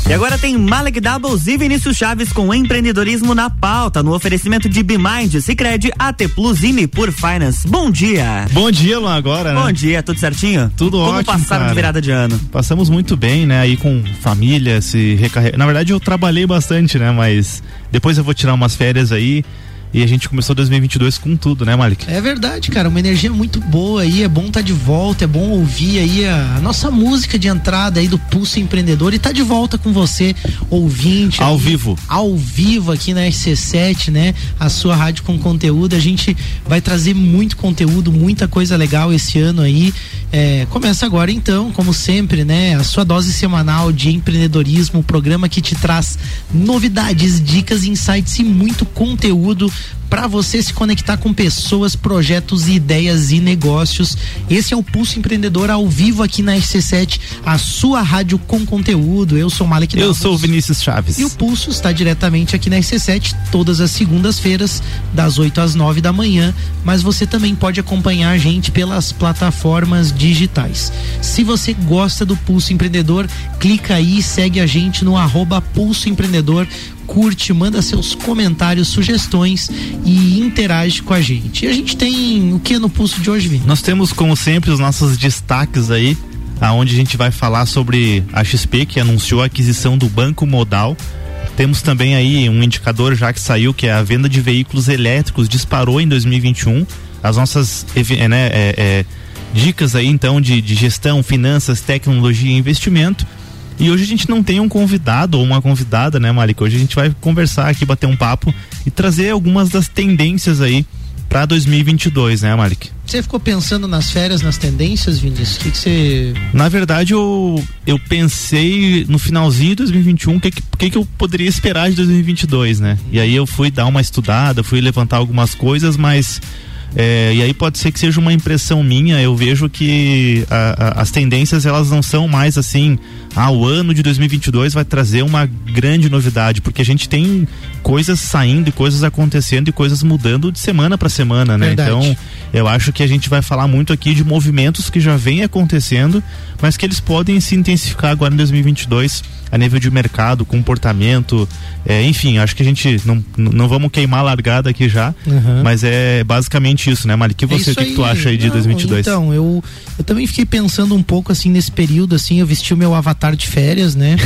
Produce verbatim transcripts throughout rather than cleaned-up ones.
E agora tem Malek Doubles e Vinícius Chaves com empreendedorismo na pauta, no oferecimento de BeMind, Sicredi, A T Plus e Nipur Finance. Bom dia. Bom dia, Luan, agora, né? Bom dia, tudo certinho? Tudo Como ótimo, Como passaram cara. de virada de ano? Passamos muito bem, né? Aí com família, se recarregar. Na verdade, eu trabalhei bastante, né? Mas depois eu vou tirar umas férias aí. E a gente começou dois mil e vinte e dois com tudo, né, Malik? É verdade, cara, uma energia muito boa aí, é bom estar tá de volta, é bom ouvir aí a, a nossa música de entrada aí do Pulso Empreendedor e tá de volta com você, ouvinte. Ao aí, vivo. Ao vivo aqui na R C sete, né? A sua rádio com conteúdo, a gente vai trazer muito conteúdo, muita coisa legal esse ano aí. É, começa agora então, como sempre, né? A sua dose semanal de empreendedorismo, o programa que te traz novidades, dicas, insights e muito conteúdo para você se conectar com pessoas, projetos, ideias e negócios. Esse é o Pulso Empreendedor ao vivo aqui na R C sete, a sua rádio com conteúdo. Eu sou o Malek Eu Doubles. sou o Vinícius Chaves. E o Pulso está diretamente aqui na R C sete todas as segundas-feiras, das oito às nove da manhã, mas você também pode acompanhar a gente pelas plataformas digitais. Se você gosta do Pulso Empreendedor, clica aí e segue a gente no arroba Pulso Empreendedor. Curte, manda seus comentários, sugestões e interage com a gente. E a gente tem o que no Pulso de hoje, Vini? Nós temos, como sempre, os nossos destaques aí, aonde a gente vai falar sobre a X P, que anunciou a aquisição do Banco Modal. Temos também aí um indicador já que saiu, que é a venda de veículos elétricos, disparou em dois mil e vinte e um. As nossas né, é, é, dicas aí, então, de, de gestão, finanças, tecnologia e investimento. E hoje a gente não tem um convidado ou uma convidada, né, Malik? Hoje a gente vai conversar aqui, bater um papo e trazer algumas das tendências aí para dois mil e vinte e dois, né, Malik? Você ficou pensando nas férias, nas tendências, Vinícius? O que que você... Na verdade, eu, eu pensei no finalzinho de dois mil e vinte e um o que, que, que eu poderia esperar de dois mil e vinte e dois, né? E aí eu fui dar uma estudada, fui levantar algumas coisas, mas... É, e aí pode ser que seja uma impressão minha, eu vejo que a, a, as tendências elas não são mais assim, ah, o ano de dois mil e vinte e dois vai trazer uma grande novidade, porque a gente tem coisas saindo e coisas acontecendo e coisas mudando de semana para semana, né? Verdade. Então eu acho que a gente vai falar muito aqui de movimentos que já vêm acontecendo, mas que eles podem se intensificar agora em dois mil e vinte e dois a nível de mercado, comportamento, é, enfim, acho que a gente não, não vamos queimar a largada aqui já, uhum. Mas é basicamente isso, né, Mari? Que você, o que, que tu acha aí de não, dois mil e vinte e dois? Então, eu, eu também fiquei pensando um pouco assim nesse período, assim, eu vesti o meu avatar de férias, né?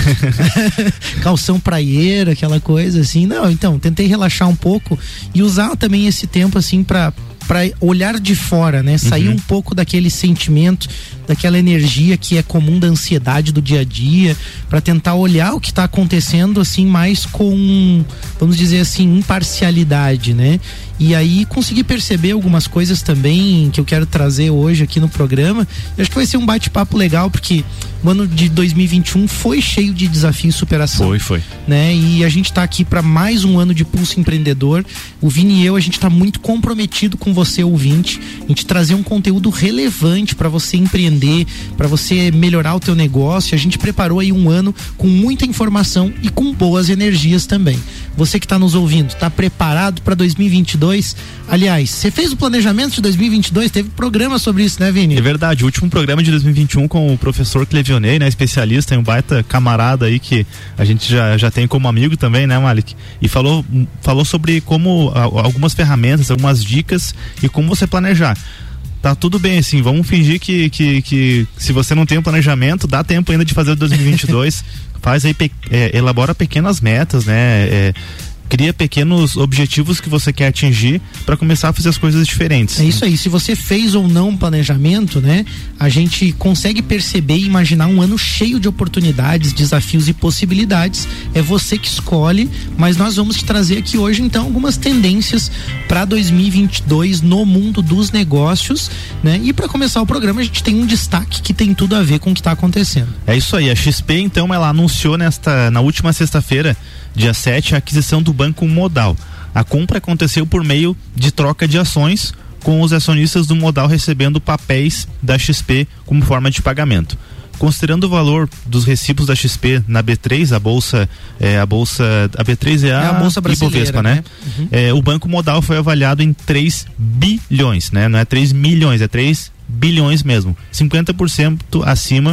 Calção praieiro, aquela coisa assim, não, então, tentei relaxar um pouco e usar também esse tempo assim pra para olhar de fora, né? Sair uhum. um pouco daquele sentimento, daquela energia que é comum da ansiedade do dia a dia, para tentar olhar o que está acontecendo assim mais com, vamos dizer assim, imparcialidade, né? E aí conseguir perceber algumas coisas também que eu quero trazer hoje aqui no programa. Eu acho que vai ser um bate-papo legal, porque o ano de dois mil e vinte e um foi cheio de desafio e superação. Foi, foi. Né? E a gente tá aqui para mais um ano de Pulso Empreendedor. O Vini e eu, a gente tá muito comprometido com você, ouvinte, a gente trazer um conteúdo relevante para você empreender, para você melhorar o teu negócio. A gente preparou aí um ano com muita informação e com boas energias também. Você que tá nos ouvindo, tá preparado para dois mil e vinte e dois? Aliás, você fez o planejamento de dois mil e vinte e dois? Teve programa sobre isso, né, Vini? É verdade, o último programa de dois mil e vinte e um com o professor Clevionei, né, especialista, um baita camarada aí que a gente já, já tem como amigo também, né, Malik? E falou, falou sobre como algumas ferramentas, algumas dicas e como você planejar. Tá tudo bem, assim, vamos fingir que, que, que se você não tem um planejamento, dá tempo ainda de fazer o dois mil e vinte e dois, faz aí, é, elabora pequenas metas, né, é, cria pequenos objetivos que você quer atingir para começar a fazer as coisas diferentes. É isso aí, se você fez ou não um planejamento, né, a gente consegue perceber e imaginar um ano cheio de oportunidades, desafios e possibilidades. É você que escolhe, mas nós vamos te trazer aqui hoje então algumas tendências para dois mil e vinte e dois no mundo dos negócios, né? E para começar o programa a gente tem um destaque que tem tudo a ver com o que está acontecendo. É isso aí, a X P então ela anunciou nesta na última sexta-feira, dia sete, a aquisição do Banco Modal. A compra aconteceu por meio de troca de ações, com os acionistas do Modal recebendo papéis da X P como forma de pagamento. Considerando o valor dos recibos da X P na B três, a bolsa, é, a bolsa, a B três é a, é a bolsa brasileira, Ibovespa, né? né? Uhum. É, o Banco Modal foi avaliado em três bilhões, né? Não é três milhões, é três bilhões mesmo. cinquenta por cento acima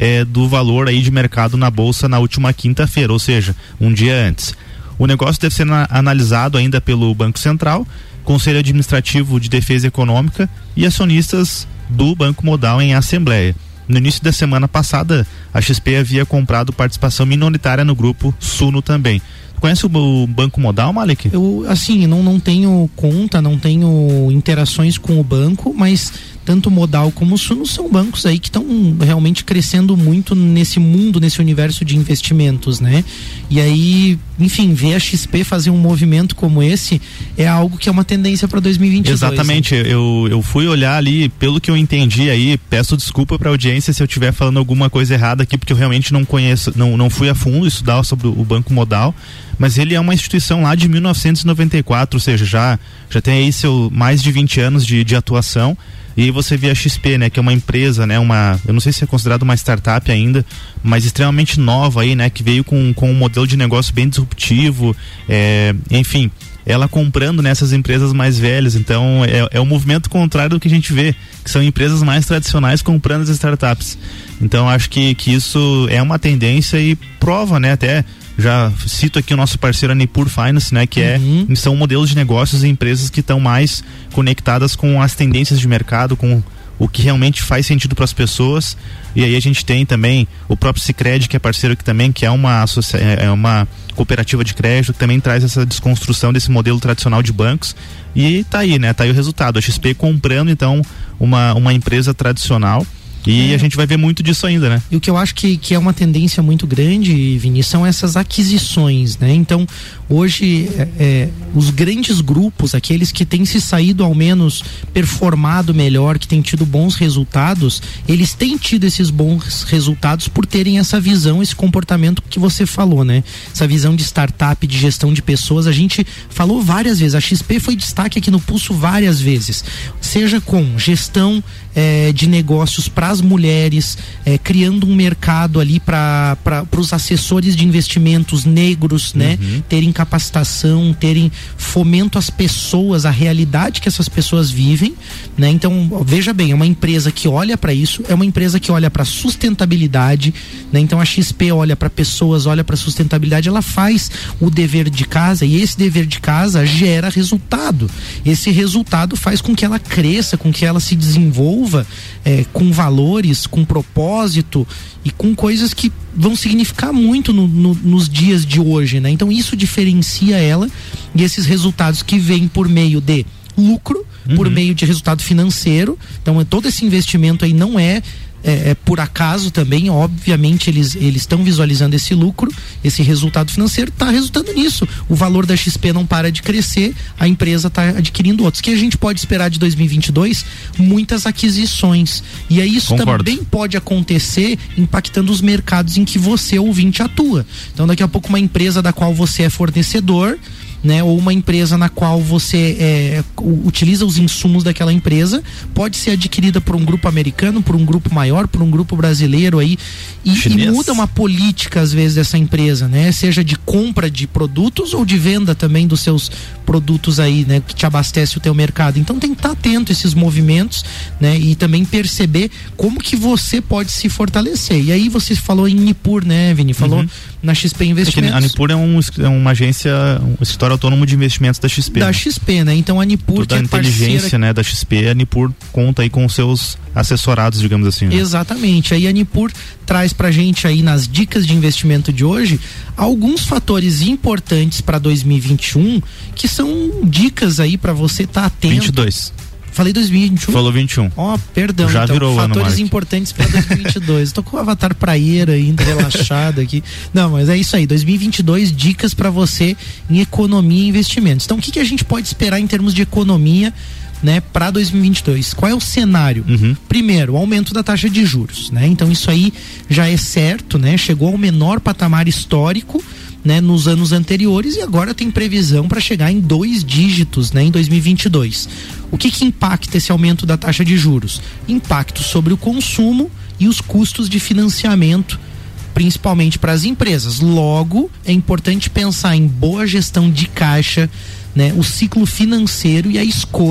é, do valor aí de mercado na bolsa na última quinta-feira, ou seja, um dia antes. O negócio deve ser na, analisado ainda pelo Banco Central, Conselho Administrativo de Defesa Econômica e acionistas do Banco Modal em assembleia. No início da semana passada, a X P havia comprado participação minoritária no grupo Suno também. Conhece o, o Banco Modal, Malik? Eu, assim, não, não tenho conta, não tenho interações com o banco, mas tanto o Modal como o Suno são bancos aí que estão realmente crescendo muito nesse mundo, nesse universo de investimentos, né? E aí, enfim, ver a X P fazer um movimento como esse é algo que é uma tendência para dois mil e vinte e dois. Exatamente, né? eu, eu fui olhar ali, pelo que eu entendi aí, peço desculpa para a audiência se eu estiver falando alguma coisa errada aqui, porque eu realmente não conheço, não, não fui a fundo estudar sobre o Banco Modal, mas ele é uma instituição lá de mil novecentos e noventa e quatro, ou seja, já, já tem aí seu mais de vinte anos de, de atuação. E aí você vê a X P, né, que é uma empresa, né, uma, eu não sei se é considerada uma startup ainda, mas extremamente nova aí, né, que veio com, com um modelo de negócio bem disruptivo, é, enfim, ela comprando nessas empresas mais velhas. Então é, é o movimento contrário do que a gente vê, que são empresas mais tradicionais comprando as startups. Então acho que, que isso é uma tendência e prova, né, até já cito aqui o nosso parceiro a Nipur Finance, né, que uhum. é, são modelos de negócios e empresas que estão mais conectadas com as tendências de mercado, com o que realmente faz sentido para as pessoas. E aí a gente tem também o próprio Sicredi, que é parceiro aqui também, que é uma, associa- é uma cooperativa de crédito, que também traz essa desconstrução desse modelo tradicional de bancos. E tá aí, né, tá aí o resultado, a X P comprando então uma, uma empresa tradicional. E é. a gente vai ver muito disso ainda, né? E o que eu acho que, que é uma tendência muito grande, Vini, são essas aquisições, né? Então, hoje, é, é, os grandes grupos, aqueles que têm se saído ao menos performado melhor, que têm tido bons resultados, eles têm tido esses bons resultados por terem essa visão, esse comportamento que você falou, né? Essa visão de startup, de gestão de pessoas. A gente falou várias vezes, a X P foi destaque aqui no Pulso várias vezes, seja com gestão é, de negócios para as mulheres, é, criando um mercado ali para os assessores de investimentos negros, né? Uhum. Terem capacitação, terem fomento às pessoas, à realidade que essas pessoas vivem, né? Então, veja bem, é uma empresa que olha para isso, é uma empresa que olha para sustentabilidade, né? Então a X P olha para pessoas, olha para sustentabilidade, ela faz o dever de casa e esse dever de casa gera resultado. Esse resultado faz com que ela cresça, com que ela se desenvolva é, com valores, com propósito e com coisas que vão significar muito no, no, nos dias de hoje, né? Então isso diferencia ela e esses resultados que vêm por meio de lucro, uhum. por meio de resultado financeiro. Então todo esse investimento aí não é É, é por acaso também, obviamente eles eles estão visualizando esse lucro, esse resultado financeiro está resultando nisso. O valor da X P não para de crescer, a empresa está adquirindo outros. Que a gente pode esperar de dois mil e vinte e dois? Muitas aquisições. E aí isso Concordo. Também pode acontecer impactando os mercados em que você, ouvinte, atua. Então daqui a pouco uma empresa da qual você é fornecedor, né, ou uma empresa na qual você é, utiliza os insumos daquela empresa, pode ser adquirida por um grupo americano, por um grupo maior, por um grupo brasileiro aí, e, e muda uma política às vezes dessa empresa, né, seja de compra de produtos ou de venda também dos seus produtos aí, né, que te abastece o teu mercado. Então tem que estar atento a esses movimentos, né, e também perceber como que você pode se fortalecer. E aí você falou em Nipur, né, Vini? Falou uhum. na X P Investimentos. É a Nipur é, um, é uma agência, um escritório autônomo de investimentos da X P. Da né? X P, né? Então a Nipur, toda que é a inteligência, parceira... né, da X P, a Nipur conta aí com os seus assessorados, digamos assim. Né? Exatamente. Aí a Nipur traz pra gente aí nas dicas de investimento de hoje alguns fatores importantes para dois mil e vinte e um que são dicas aí para você estar tá atento. vinte e dois. Falei dois mil e vinte e um? Falou vinte e um. Ó, oh, perdão. Já então, virou fatores ano, importantes para dois mil e vinte e dois. Estou com o avatar praieiro ainda, relaxado aqui. Não, mas é isso aí. dois mil e vinte e dois, dicas para você em economia e investimentos. Então, o que, que a gente pode esperar em termos de economia, né, para dois mil e vinte e dois? Qual é o cenário? Uhum. Primeiro, o aumento da taxa de juros, né? Então, isso aí já é certo, né? Chegou ao menor patamar histórico, né, nos anos anteriores, e agora tem previsão para chegar em dois dígitos, né, em dois mil e vinte e dois. O que que impacta esse aumento da taxa de juros? Impacto sobre o consumo e os custos de financiamento, principalmente para as empresas. Logo, é importante pensar em boa gestão de caixa, né, o ciclo financeiro e a escolha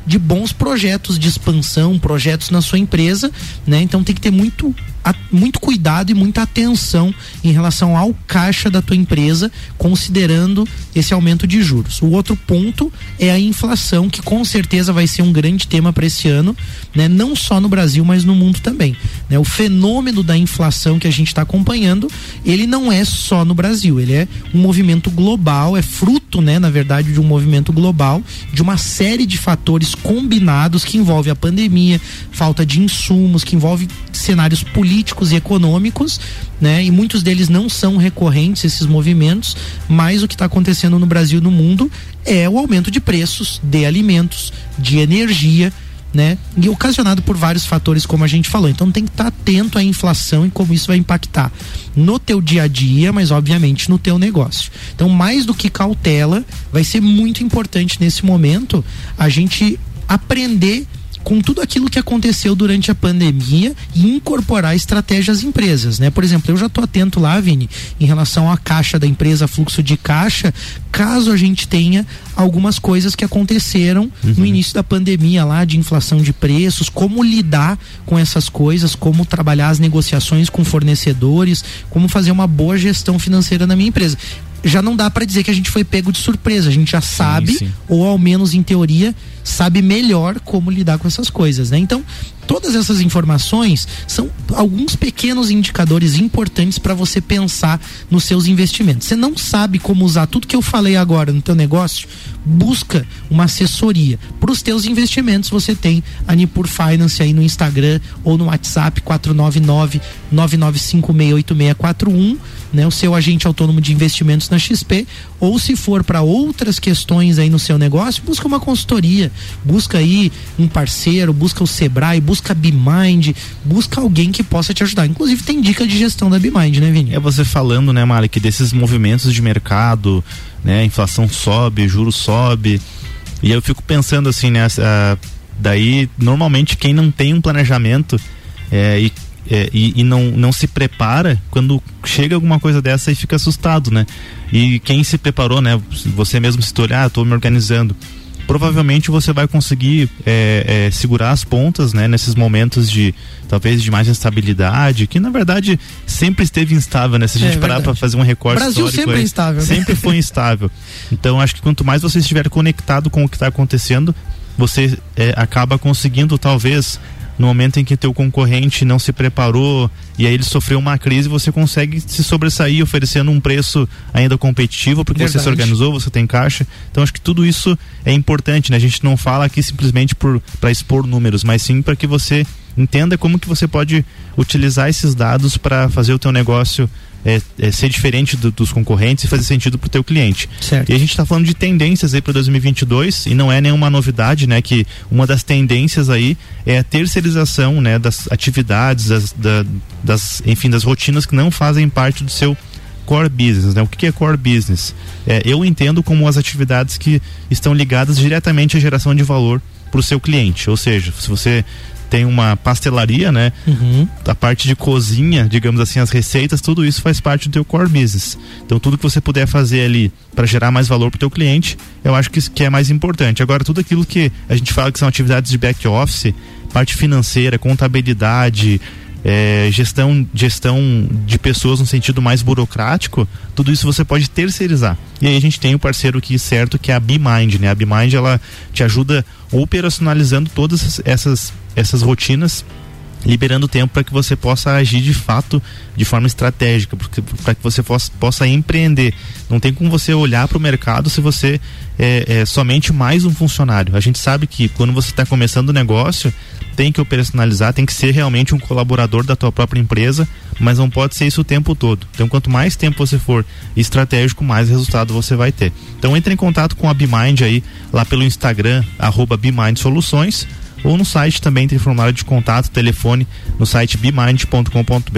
de bons projetos de expansão, projetos na sua empresa, né? Então tem que ter muito muito cuidado e muita atenção em relação ao caixa da tua empresa, considerando esse aumento de juros. O outro ponto é a inflação, que com certeza vai ser um grande tema para esse ano, né? Não só no Brasil, mas no mundo também, né? O fenômeno da inflação que a gente está acompanhando, ele não é só no Brasil, ele é um movimento global, é fruto, né, na verdade, de um movimento global, de uma série de fatores combinados que envolve a pandemia, falta de insumos, que envolve cenários políticos políticos e econômicos, né? E muitos deles não são recorrentes, esses movimentos, mas o que está acontecendo no Brasil e no mundo é o aumento de preços de alimentos, de energia, né? E ocasionado por vários fatores, como a gente falou. Então tem que estar atento à inflação e como isso vai impactar no teu dia a dia, mas obviamente no teu negócio. Então, mais do que cautela, vai ser muito importante nesse momento a gente aprender com tudo aquilo que aconteceu durante a pandemia e incorporar estratégias às empresas, né? Por exemplo, eu já tô atento lá, Vini, em relação à caixa da empresa, fluxo de caixa, caso a gente tenha algumas coisas que aconteceram uhum. no início da pandemia lá, de inflação de preços, como lidar com essas coisas, como trabalhar as negociações com fornecedores, como fazer uma boa gestão financeira na minha empresa. Já não dá para dizer que a gente foi pego de surpresa, a gente já sabe, sim, sim. ou ao menos em teoria, sabe melhor como lidar com essas coisas, né? Então, todas essas informações são alguns pequenos indicadores importantes para você pensar nos seus investimentos. Você não sabe como usar tudo que eu falei agora no teu negócio? Busca uma assessoria. Para os teus investimentos, você tem a Nipur Finance aí no Instagram ou no WhatsApp quatro nove nove, nove nove cinco, seis oito seis quatro um, né? O seu agente autônomo de investimentos na X P, ou se for para outras questões aí no seu negócio, busca uma consultoria, busca aí um parceiro, busca o Sebrae, busca a BeMind, busca alguém que possa te ajudar. Inclusive tem dica de gestão da BeMind, né, Vini? É você falando, né, Mari, que desses movimentos de mercado, né, inflação sobe, juros sobe, e eu fico pensando assim, né, uh, daí normalmente quem não tem um planejamento é, e É, e, e não, não se prepara, quando chega alguma coisa dessa e fica assustado, né? E quem se preparou, né? Você mesmo se olhar, ah, tô me organizando, provavelmente você vai conseguir é, é, segurar as pontas, né? Nesses momentos de, talvez, de mais instabilidade, que na verdade sempre esteve instável, né? Se a gente é, parar para fazer um recorte Brasil histórico, sempre é instável, né? Sempre foi instável. Então acho que quanto mais você estiver conectado com o que está acontecendo, você é, acaba conseguindo, talvez, no momento em que teu concorrente não se preparou e aí ele sofreu uma crise, você consegue se sobressair oferecendo um preço ainda competitivo, porque Verdade. Você se organizou, você tem caixa. Então acho que tudo isso é importante, né? A gente não fala aqui simplesmente para expor números, mas sim para que você entenda como que você pode utilizar esses dados para fazer o teu negócio É, é ser diferente do, dos concorrentes e fazer sentido pro teu cliente. Certo. E a gente está falando de tendências aí para dois mil e vinte e dois, e não é nenhuma novidade, né, que uma das tendências aí é a terceirização, né, das atividades, das, da, das, enfim, das rotinas que não fazem parte do seu core business, né? O que é core business? É, eu entendo como as atividades que estão ligadas diretamente à geração de valor pro seu cliente, ou seja, se você tem uma pastelaria, né? Uhum. A parte de cozinha, digamos assim, as receitas, tudo isso faz parte do teu core business. Então tudo que você puder fazer ali para gerar mais valor para o teu cliente, eu acho que isso que é mais importante. Agora, tudo aquilo que a gente fala que são atividades de back office, parte financeira, contabilidade, É, gestão, gestão de pessoas no sentido mais burocrático, tudo isso você pode terceirizar. E aí a gente tem o parceiro aqui certo, que é a BeMind, né? A BeMind, ela te ajuda operacionalizando todas essas, essas rotinas, liberando tempo para que você possa agir de fato de forma estratégica, para que você possa, possa empreender. Não tem como você olhar para o mercado se você é, é somente mais um funcionário. A gente sabe que quando você está começando o negócio, tem que operacionalizar, tem que ser realmente um colaborador da tua própria empresa, mas não pode ser isso o tempo todo. Então, quanto mais tempo você for estratégico, mais resultado você vai ter. Então, entre em contato com a BeMind aí, lá pelo Instagram, arroba BeMind Soluções, ou no site também tem formulário de contato, telefone, no site bemind ponto com ponto br.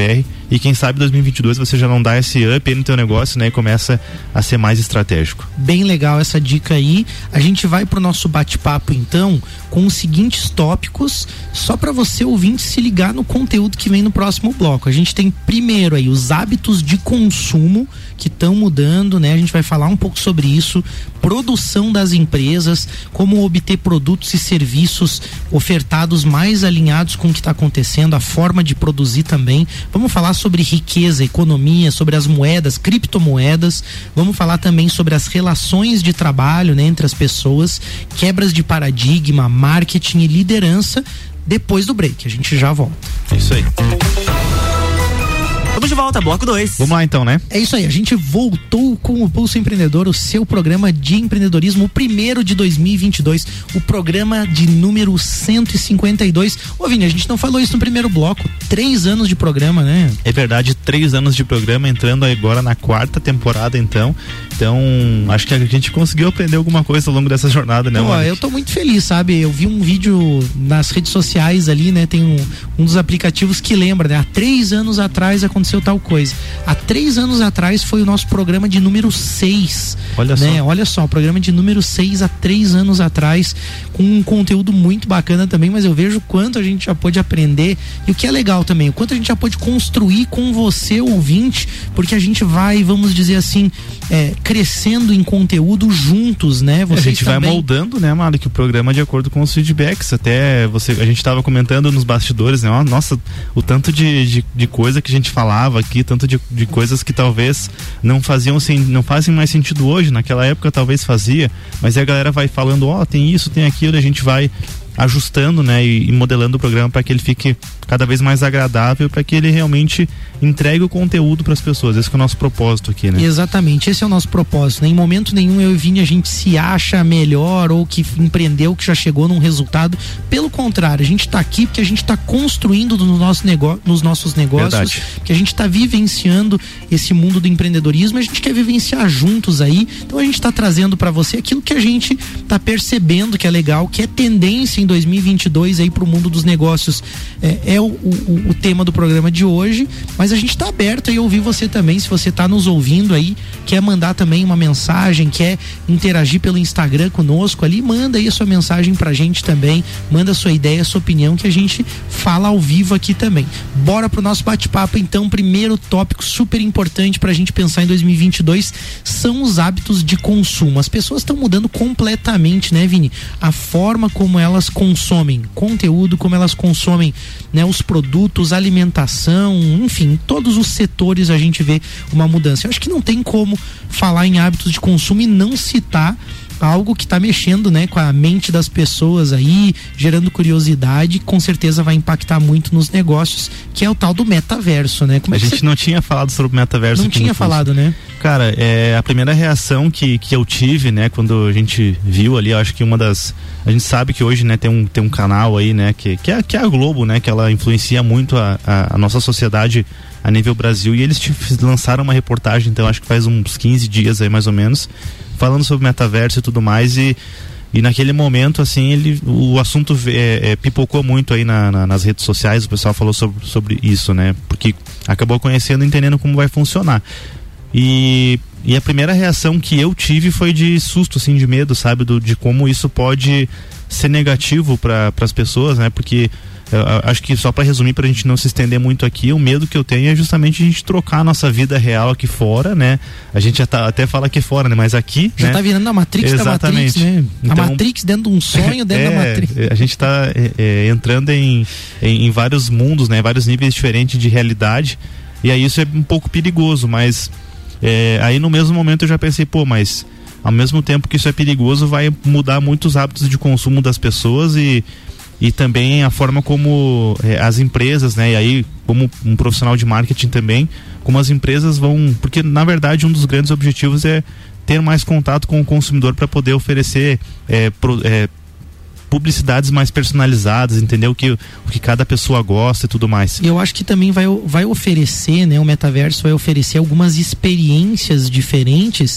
e quem sabe dois mil e vinte e dois você já não dá esse up aí no teu negócio, né, e começa a ser mais estratégico. Bem legal essa dica aí. A gente vai pro nosso bate-papo então com os seguintes tópicos, só para você ouvinte se ligar no conteúdo que vem no próximo bloco. A gente tem primeiro aí os hábitos de consumo que estão mudando, né? A gente vai falar um pouco sobre isso, produção das empresas, como obter produtos e serviços ofertados mais alinhados com o que está acontecendo, a forma de produzir também. Vamos falar sobre riqueza, economia, sobre as moedas, criptomoedas. Vamos falar também sobre as relações de trabalho, né, entre as pessoas, quebras de paradigma, marketing e liderança. Depois do break, a gente já volta. É isso aí. Vamos de volta, bloco dois. Vamos lá então, né? É isso aí, a gente voltou com o Pulso Empreendedor, o seu programa de empreendedorismo, o primeiro de dois mil e vinte e dois, o programa de número cento e cinquenta e dois. Ô Vini, a gente não falou isso no primeiro bloco, três anos de programa, né? É verdade, três anos de programa, entrando agora na quarta temporada então, então acho que a gente conseguiu aprender alguma coisa ao longo dessa jornada, né? Pô, eu tô muito feliz, sabe? Eu vi um vídeo nas redes sociais ali, né? Tem um, um dos aplicativos que lembra, né? Há três anos atrás aconteceu tal coisa. Há três anos atrás foi o nosso programa de número seis. Olha né? só. Olha só, o programa de número seis há três anos atrás, com um conteúdo muito bacana também, mas eu vejo o quanto a gente já pôde aprender e o que é legal também, o quanto a gente já pôde construir com você, ouvinte, porque a gente vai, vamos dizer assim, é, crescendo em conteúdo juntos, né? Vocês a gente também... vai moldando, né, Mara, que o programa de acordo com os feedbacks. Até você, a gente estava comentando nos bastidores, né? Ó, nossa, o tanto de, de, de coisa que a gente falava aqui, tanto de, de coisas que talvez não faziam, não fazem mais sentido hoje, naquela época talvez fazia, mas aí a galera vai falando, ó, oh, tem isso, tem aquilo, e a gente vai ajustando, né, e, e modelando o programa para que ele fique cada vez mais agradável, para que ele realmente entregue o conteúdo para as pessoas. Esse que é o nosso propósito aqui, né? Exatamente, esse é o nosso propósito, né? Em momento nenhum eu e Vini a gente se acha melhor ou que empreendeu, que já chegou num resultado. Pelo contrário, a gente está aqui porque a gente está construindo no nosso negócio, nos nossos negócios, Verdade. Que a gente está vivenciando esse mundo do empreendedorismo, a gente quer vivenciar juntos aí. Então a gente está trazendo para você aquilo que a gente está percebendo que é legal, que é tendência em dois mil e vinte e dois aí para o mundo dos negócios. É, é o, o, o tema do programa de hoje, mas a gente está aberto aí a ouvir você também. Se você está nos ouvindo aí, quer mandar também uma mensagem, quer interagir pelo Instagram conosco ali, manda aí a sua mensagem pra gente também, manda a sua ideia, a sua opinião, que a gente fala ao vivo aqui também. Bora pro nosso bate-papo então. Primeiro tópico super importante pra gente pensar em dois mil e vinte e dois são os hábitos de consumo. As pessoas estão mudando completamente, né, Vini? A forma como elas consomem conteúdo, como elas consomem, né, os produtos, alimentação, enfim, todos os setores a gente vê uma mudança. Eu acho que não tem como falar em hábitos de consumo e não citar algo que está mexendo, né, com a mente das pessoas aí, gerando curiosidade, com certeza vai impactar muito nos negócios, que é o tal do metaverso, né? Como a é gente você... não tinha falado sobre o metaverso. Não aqui tinha falado, né? Cara, é, a primeira reação que, que eu tive, né, quando a gente viu ali, eu acho que uma das... A gente sabe que hoje, né, tem um, tem um canal aí, né, que, que, é, que é a Globo, né, que ela influencia muito a, a, a nossa sociedade a nível Brasil, e eles lançaram uma reportagem, então acho que faz uns quinze dias aí mais ou menos, falando sobre metaverso e tudo mais, e, e naquele momento, assim, ele, o assunto é, é, pipocou muito aí na, na, nas redes sociais, o pessoal falou sobre, sobre isso, né, porque acabou conhecendo e entendendo como vai funcionar. E, e a primeira reação que eu tive foi de susto, assim, de medo, sabe, do, de como isso pode ser negativo para as pessoas, né, porque eu acho que só para resumir, pra gente não se estender muito aqui, o medo que eu tenho é justamente a gente trocar a nossa vida real aqui fora, né? A gente já tá, até fala aqui fora, né? Mas aqui, já né? tá virando a Matrix. Exatamente. Da Matrix, né? Então, a Matrix dentro de um sonho dentro é, da Matrix. A gente tá é, é, entrando em, em, em vários mundos, né? Vários níveis diferentes de realidade, e aí isso é um pouco perigoso, mas é, aí no mesmo momento eu já pensei, pô, mas ao mesmo tempo que isso é perigoso, vai mudar muitos hábitos de consumo das pessoas e e também a forma como é, as empresas, né, e aí como um profissional de marketing também, como as empresas vão, porque na verdade um dos grandes objetivos é ter mais contato com o consumidor para poder oferecer é, pro, é, publicidades mais personalizadas, entendeu? O que, o que cada pessoa gosta e tudo mais. E eu acho que também vai, vai oferecer, né, o metaverso vai oferecer algumas experiências diferentes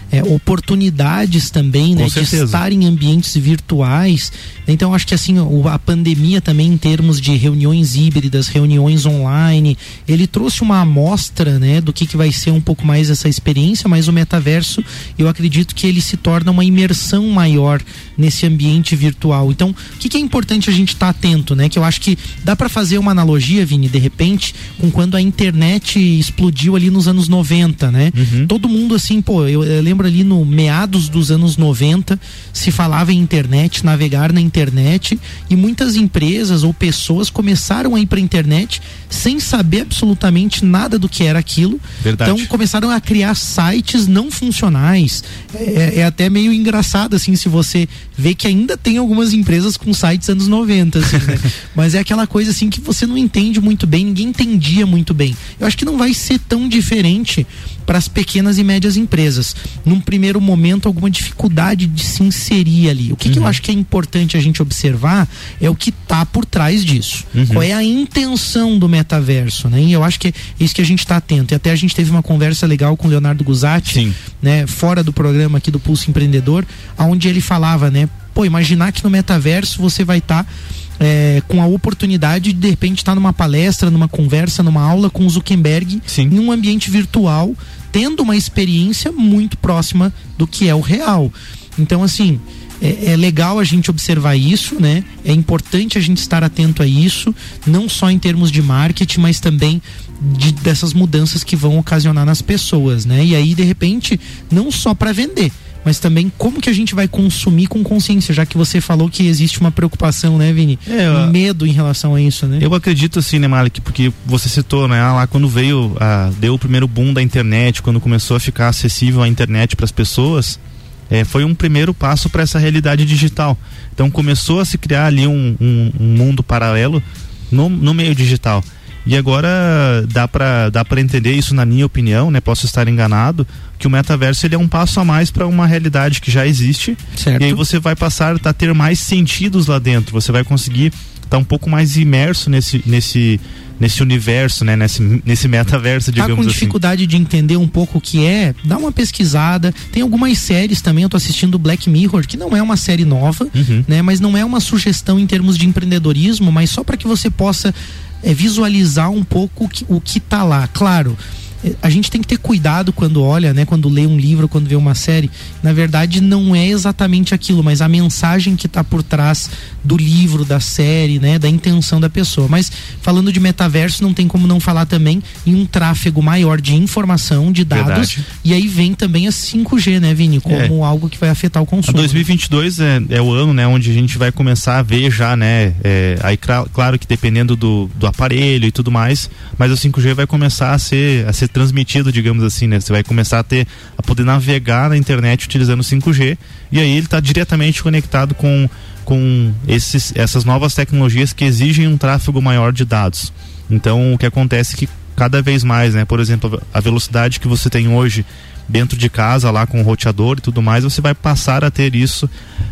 é, oportunidades também, né, de estar em ambientes virtuais. Então acho que assim, a pandemia também, em termos de reuniões híbridas, reuniões online, ele trouxe uma amostra, né, do que, que vai ser um pouco mais essa experiência, mas o metaverso, eu acredito que ele se torna uma imersão maior nesse ambiente virtual. Então, o que, que é importante a gente estar tá atento, né? Que eu acho que dá para fazer uma analogia, Vini, de repente, com quando a internet explodiu ali nos anos noventa, né? Uhum. Todo mundo assim, pô, eu, eu lembro ali no meados dos anos noventa, se falava em internet, navegar na internet, e muitas empresas ou pessoas começaram a ir para a internet sem saber absolutamente nada do que era aquilo. Verdade. Então começaram a criar sites não funcionais. É, é até meio engraçado assim, se você vê que ainda tem algumas empresas com sites anos noventa, assim, né? Mas é aquela coisa assim que você não entende muito bem, ninguém entendia muito bem. Eu acho que não vai ser tão diferente para as pequenas e médias empresas. Num primeiro momento, alguma dificuldade de se inserir ali. O que, uhum. que eu acho que é importante a gente observar é o que está por trás disso. Uhum. Qual é a intenção do metaverso, né? E eu acho que é isso que a gente está atento. E até a gente teve uma conversa legal com o Leonardo Guzatti, Sim. né? Fora do programa aqui do Pulso Empreendedor, onde ele falava, né? Pô, imaginar que no metaverso você vai estar tá, é, com a oportunidade de de repente estar tá numa palestra, numa conversa, numa aula com o Zuckerberg, Sim. em um ambiente virtual, tendo uma experiência muito próxima do que é o real. Então, assim, é, é legal a gente observar isso, né? É importante a gente estar atento a isso, não só em termos de marketing, mas também de, dessas mudanças que vão ocasionar nas pessoas, né? E aí, de repente, não só para vender, mas também como que a gente vai consumir com consciência, já que você falou que existe uma preocupação, né, Vini? É, um medo em relação a isso, né? Eu acredito assim, né, Malik, porque você citou, né, lá quando veio, a, deu o primeiro boom da internet, quando começou a ficar acessível a internet para as pessoas, é, foi um primeiro passo para essa realidade digital. Então começou a se criar ali um, um, um mundo paralelo no, no meio digital. E agora dá para dá para entender isso, na minha opinião, né? Posso estar enganado, que o metaverso ele é um passo a mais para uma realidade que já existe. Certo. E aí você vai passar a ter mais sentidos lá dentro. Você vai conseguir estar um pouco mais imerso nesse nesse nesse universo, né? Nesse nesse metaverso, digamos assim. Tá com dificuldade assim. de entender um pouco o que é? Dá uma pesquisada. Tem algumas séries também. Eu tô assistindo Black Mirror, que não é uma série nova, uhum. né? Mas não é uma sugestão em termos de empreendedorismo, mas só para que você possa é visualizar um pouco o que, o que tá lá. Claro, a gente tem que ter cuidado quando olha, né, quando lê um livro, quando vê uma série. Na verdade não é exatamente aquilo, mas a mensagem que está por trás do livro, da série, né, da intenção da pessoa. Mas falando de metaverso, não tem como não falar também em um tráfego maior de informação, de dados. Verdade. E aí vem também a cinco G, né, Vini, como é. algo que vai afetar o consumo. A dois mil e vinte e dois é, é o ano, né, onde a gente vai começar a ver já, né, é, aí claro que dependendo do, do aparelho e tudo mais, mas o cinco G vai começar a ser, a ser transmitido, digamos assim, né? Você vai começar a ter, a poder navegar na internet utilizando o cinco G, e aí ele está diretamente conectado com, com esses, essas novas tecnologias que exigem um tráfego maior de dados. Então o que acontece é que cada vez mais, né? Por exemplo, a velocidade que você tem hoje dentro de casa, lá com o roteador e tudo mais, você vai passar a ter isso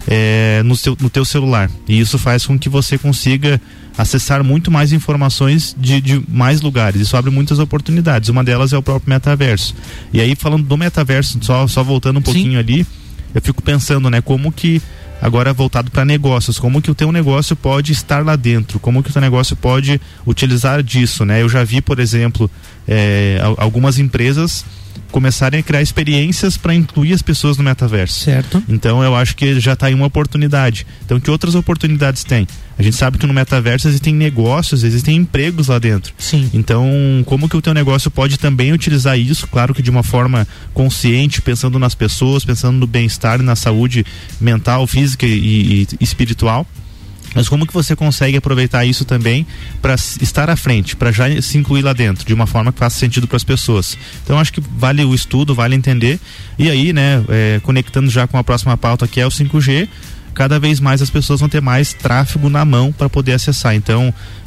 é, no, seu, no teu celular, e isso faz com que você consiga acessar muito mais informações de, de mais lugares. Isso abre muitas oportunidades. Uma delas é o próprio metaverso. E aí, falando do metaverso, só, só voltando um pouquinho Sim. ali, eu fico pensando, né, como que agora voltado para negócios, como que o teu negócio pode estar lá dentro, como que o teu negócio pode utilizar disso, né? Eu já vi, por exemplo, é, algumas empresas começarem a criar experiências para incluir as pessoas no metaverso. Certo. Então eu acho que já está aí uma oportunidade. Então que outras oportunidades tem? A gente sabe que no metaverso existem negócios, existem empregos lá dentro. Sim. Então como que o teu negócio pode também utilizar isso, claro que de uma forma consciente, pensando nas pessoas, pensando no bem-estar, na saúde mental, física e, e espiritual. Mas como que você consegue aproveitar isso também para estar à frente, para já se incluir lá dentro, de uma forma que faça sentido para as pessoas? Então acho que vale o estudo, vale entender. E aí, né, é, conectando já com a próxima pauta, que é o cinco G, cada vez mais as pessoas vão ter mais tráfego na mão para poder acessar. Então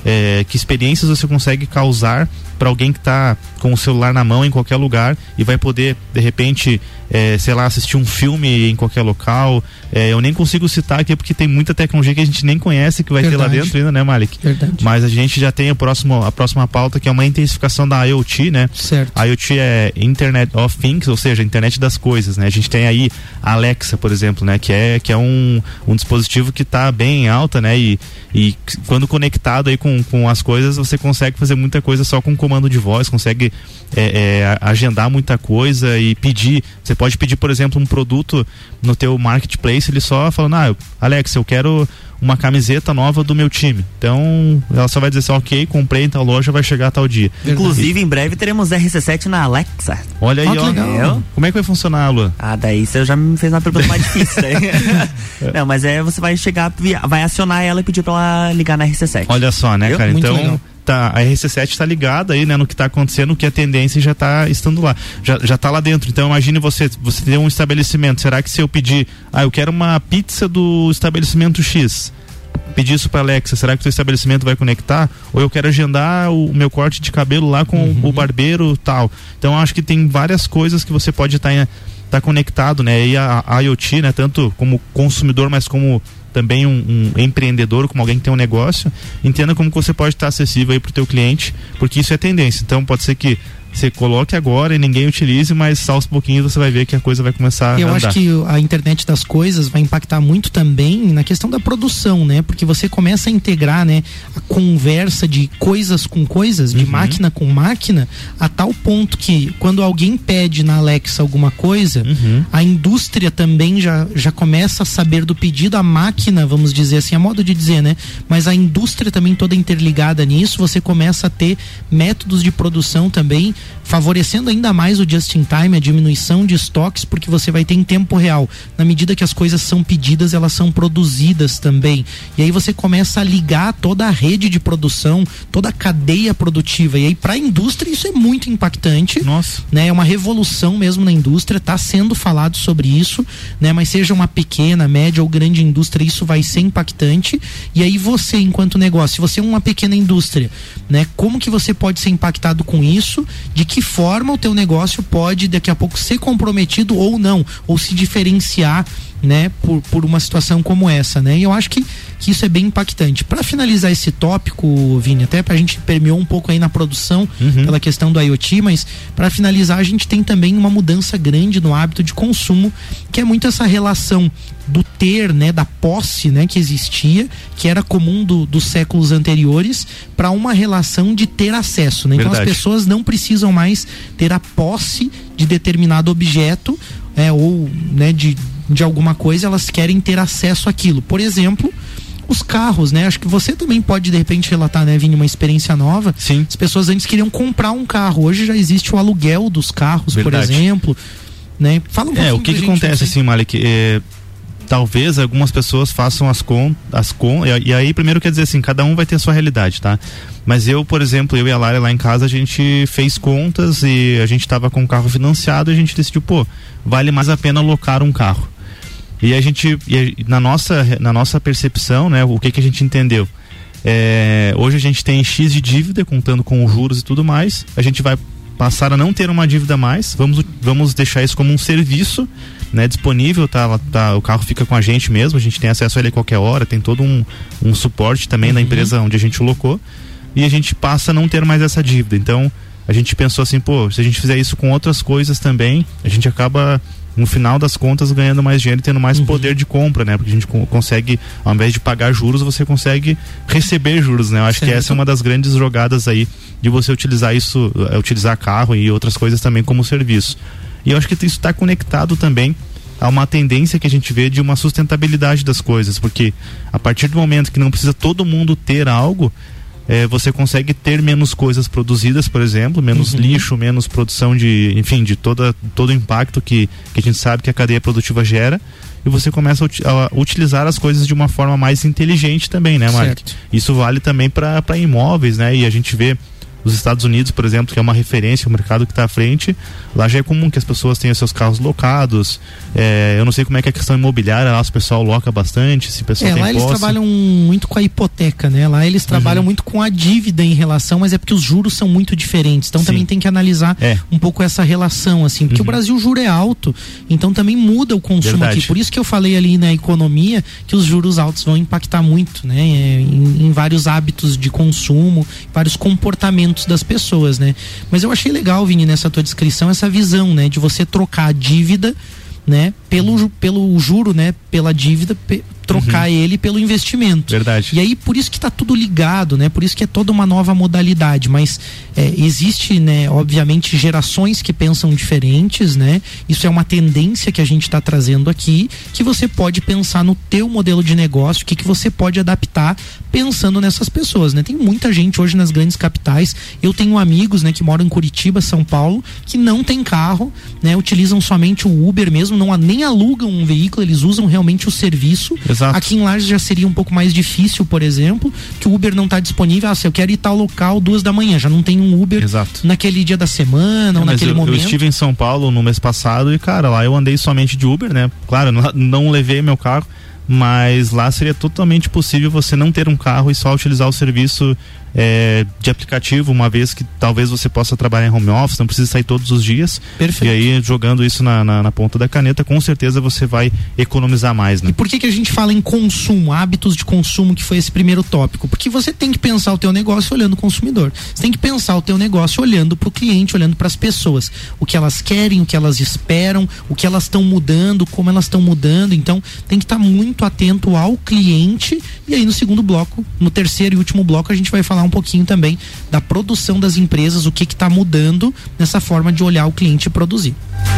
é, que experiências você consegue causar para alguém que está com o celular na mão em qualquer lugar e vai poder, de repente, é, sei lá, assistir um filme em qualquer local. É, eu nem consigo citar aqui porque tem muita tecnologia que a gente nem conhece que vai Verdade. ter lá dentro ainda, né, Malik? Verdade. Mas a gente já tem a próxima, a próxima pauta, que é uma intensificação da IoT, né? Certo. A IoT é Internet of Things, ou seja, Internet das Coisas, né? A gente tem aí a Alexa, por exemplo, né? Que é, que é um, um dispositivo que está bem em alta, né? E, e quando conectado aí com, com as coisas, você consegue fazer muita coisa só com comando de voz, consegue é, é, agendar muita coisa e pedir. Você pode pedir, por exemplo, um produto no teu marketplace, ele só falando, ah, Alexa, eu quero uma camiseta nova do meu time. Então, ela só vai dizer assim, ok, comprei em tal loja, vai chegar a tal dia. Inclusive, em breve teremos R C sete na Alexa. Olha aí, oh, ó. Legal. Como é que vai funcionar, Luan? Ah, daí você já me fez uma pergunta mais difícil. Daí. Não, mas é, você vai chegar, vai acionar ela e pedir pra ela ligar na R C sete. Olha só, né, Viu? cara? Muito Então, legal. tá, a R C sete está ligada aí, né, no que está acontecendo, que a tendência já está estando lá, já, já tá lá dentro. Então imagine você, você ter um estabelecimento, será que se eu pedir, ah, eu quero uma pizza do estabelecimento X, pedir isso para Alexa, será que o seu estabelecimento vai conectar? Ou eu quero agendar o meu corte de cabelo lá com uhum. o barbeiro tal. Então acho que tem várias coisas que você pode estar tá, tá conectado, né? E a, a IoT, né, tanto como consumidor, mas como também um, um empreendedor, como alguém que tem um negócio, entenda como que você pode estar acessível aí pro teu cliente, porque isso é tendência. Então pode ser que você coloque agora e ninguém utilize, mas aos pouquinhos você vai ver que a coisa vai começar a Eu andar. acho que a internet das coisas vai impactar muito também na questão da produção, né? Porque você começa a integrar, né, a conversa de coisas com coisas, de uhum. máquina com máquina, a tal ponto que quando alguém pede na Alexa alguma coisa, uhum. a indústria também já, já começa a saber do pedido, a máquina, vamos dizer assim, a modo de dizer, né? Mas a indústria também toda interligada nisso, você começa a ter métodos de produção também favorecendo ainda mais o just in time, a diminuição de estoques, porque você vai ter em tempo real. Na medida que as coisas são pedidas, elas são produzidas também. E aí você começa a ligar toda a rede de produção, toda a cadeia produtiva. E aí para a indústria isso é muito impactante. Nossa. Né? É uma revolução mesmo na indústria, está sendo falado sobre isso, né? Mas seja uma pequena, média ou grande indústria, isso vai ser impactante. E aí você, enquanto negócio, se você é uma pequena indústria, né? Como que você pode ser impactado com isso? De que forma o teu negócio pode daqui a pouco ser comprometido ou não, ou se diferenciar, né, por, por uma situação como essa, né? E eu acho que, que isso é bem impactante. Para finalizar esse tópico, Vini, até pra gente permeou um pouco aí na produção, uhum. pela questão do IoT, mas para finalizar a gente tem também uma mudança grande no hábito de consumo, que é muito essa relação do ter, né, da posse, né, que existia, que era comum do, dos séculos anteriores, para uma relação de ter acesso, né? Então Verdade. As pessoas não precisam mais ter a posse de determinado objeto, é, ou, né, de, de alguma coisa, elas querem ter acesso àquilo. Por exemplo, os carros, né? Acho que você também pode de repente relatar, né, Vini, uma experiência nova. Sim. As pessoas antes queriam comprar um carro, hoje já existe o aluguel dos carros, Verdade. por exemplo, né? Fala um pouquinho. É, o que que gente, acontece assim, Malik? É, talvez algumas pessoas façam as contas, as con, e, e aí primeiro quer dizer assim, cada um vai ter a sua realidade, tá? Mas eu, por exemplo, eu e a Lara lá em casa, a gente fez contas e a gente tava com o carro financiado e a gente decidiu, pô, vale mais a pena alocar um carro. E a gente, e na nossa, na nossa percepção, né, o que que a gente entendeu? É, hoje a gente tem X de dívida, contando com os juros e tudo mais, a gente vai passar a não ter uma dívida mais, vamos, vamos deixar isso como um serviço, né, disponível, tá, tá, o carro fica com a gente mesmo, a gente tem acesso a ele a qualquer hora, tem todo um, um suporte também uhum. da empresa onde a gente locou, e a gente passa a não ter mais essa dívida. Então a gente pensou assim, pô, se a gente fizer isso com outras coisas também, a gente acaba no final das contas ganhando mais dinheiro e tendo mais uhum. poder de compra, né? Porque a gente co- consegue, ao invés de pagar juros, você consegue receber juros, né? Eu acho certo. que essa é uma das grandes jogadas aí de você utilizar isso, é, utilizar carro e outras coisas também como serviço. E eu acho que isso está conectado também a uma tendência que a gente vê de uma sustentabilidade das coisas, porque a partir do momento que não precisa todo mundo ter algo, É, você consegue ter menos coisas produzidas, por exemplo, menos uhum. lixo, menos produção de, enfim, de toda, todo o impacto que, que a gente sabe que a cadeia produtiva gera, e você começa a, uti- a utilizar as coisas de uma forma mais inteligente também, né, Mark? Isso vale também para imóveis, né? E a gente vê Os Estados Unidos, por exemplo, que é uma referência, um mercado que está à frente, lá já é comum que as pessoas tenham seus carros locados. É, eu não sei como é que é a questão imobiliária, lá o pessoal loca bastante, se o pessoal é, tem lá posse. Eles trabalham muito com a hipoteca, né? Lá eles trabalham uhum. muito com a dívida em relação, mas é porque os juros são muito diferentes, então Sim. também tem que analisar é. um pouco essa relação, assim, porque uhum. o Brasil o juro é alto, então também muda o consumo Verdade. aqui, por isso que eu falei ali na economia que os juros altos vão impactar muito, né? Em, em vários hábitos de consumo, vários comportamentos das pessoas, né? Mas eu achei legal, Vini, nessa tua descrição, essa visão, né? De você trocar a dívida, né? Pelo, pelo juro, né? Pela dívida, pe, trocar uhum. ele pelo investimento. Verdade. E aí, por isso que tá tudo ligado, né? Por isso que é toda uma nova modalidade, mas é, existe, né? Obviamente, gerações que pensam diferentes, né? Isso é uma tendência que a gente está trazendo aqui, que você pode pensar no teu modelo de negócio, o que que você pode adaptar pensando nessas pessoas, né? Tem muita gente hoje nas grandes capitais, eu tenho amigos, né? Que moram em Curitiba, São Paulo, que não tem carro, né? Utilizam somente o Uber mesmo, não nem alugam um veículo, eles usam realmente o serviço. Exato. Aqui em Lages já seria um pouco mais difícil, por exemplo, que o Uber não está disponível. Ah, se eu quero ir tal local duas da manhã, já não tem um Uber Exato. naquele dia da semana é, ou naquele eu, momento. Eu estive em São Paulo no mês passado e, cara, lá eu andei somente de Uber, né? Claro, não, não levei meu carro, mas lá seria totalmente possível você não ter um carro e só utilizar o serviço é, de aplicativo, uma vez que talvez você possa trabalhar em home office, não precisa sair todos os dias. Perfeito. E aí, jogando isso na, na, na ponta da caneta, com certeza você vai economizar mais, né? E por que que a gente fala em consumo, hábitos de consumo, que foi esse primeiro tópico? Porque você tem que pensar o teu negócio olhando o consumidor. Você tem que pensar o teu negócio olhando para o cliente, olhando para as pessoas. O que elas querem, o que elas esperam, o que elas estão mudando, como elas estão mudando. Então, tem que estar muito atento ao cliente. E aí, no segundo bloco, no terceiro e último bloco, a gente vai falar um pouquinho também da produção das empresas, o que que tá mudando nessa forma de olhar o cliente e produzir.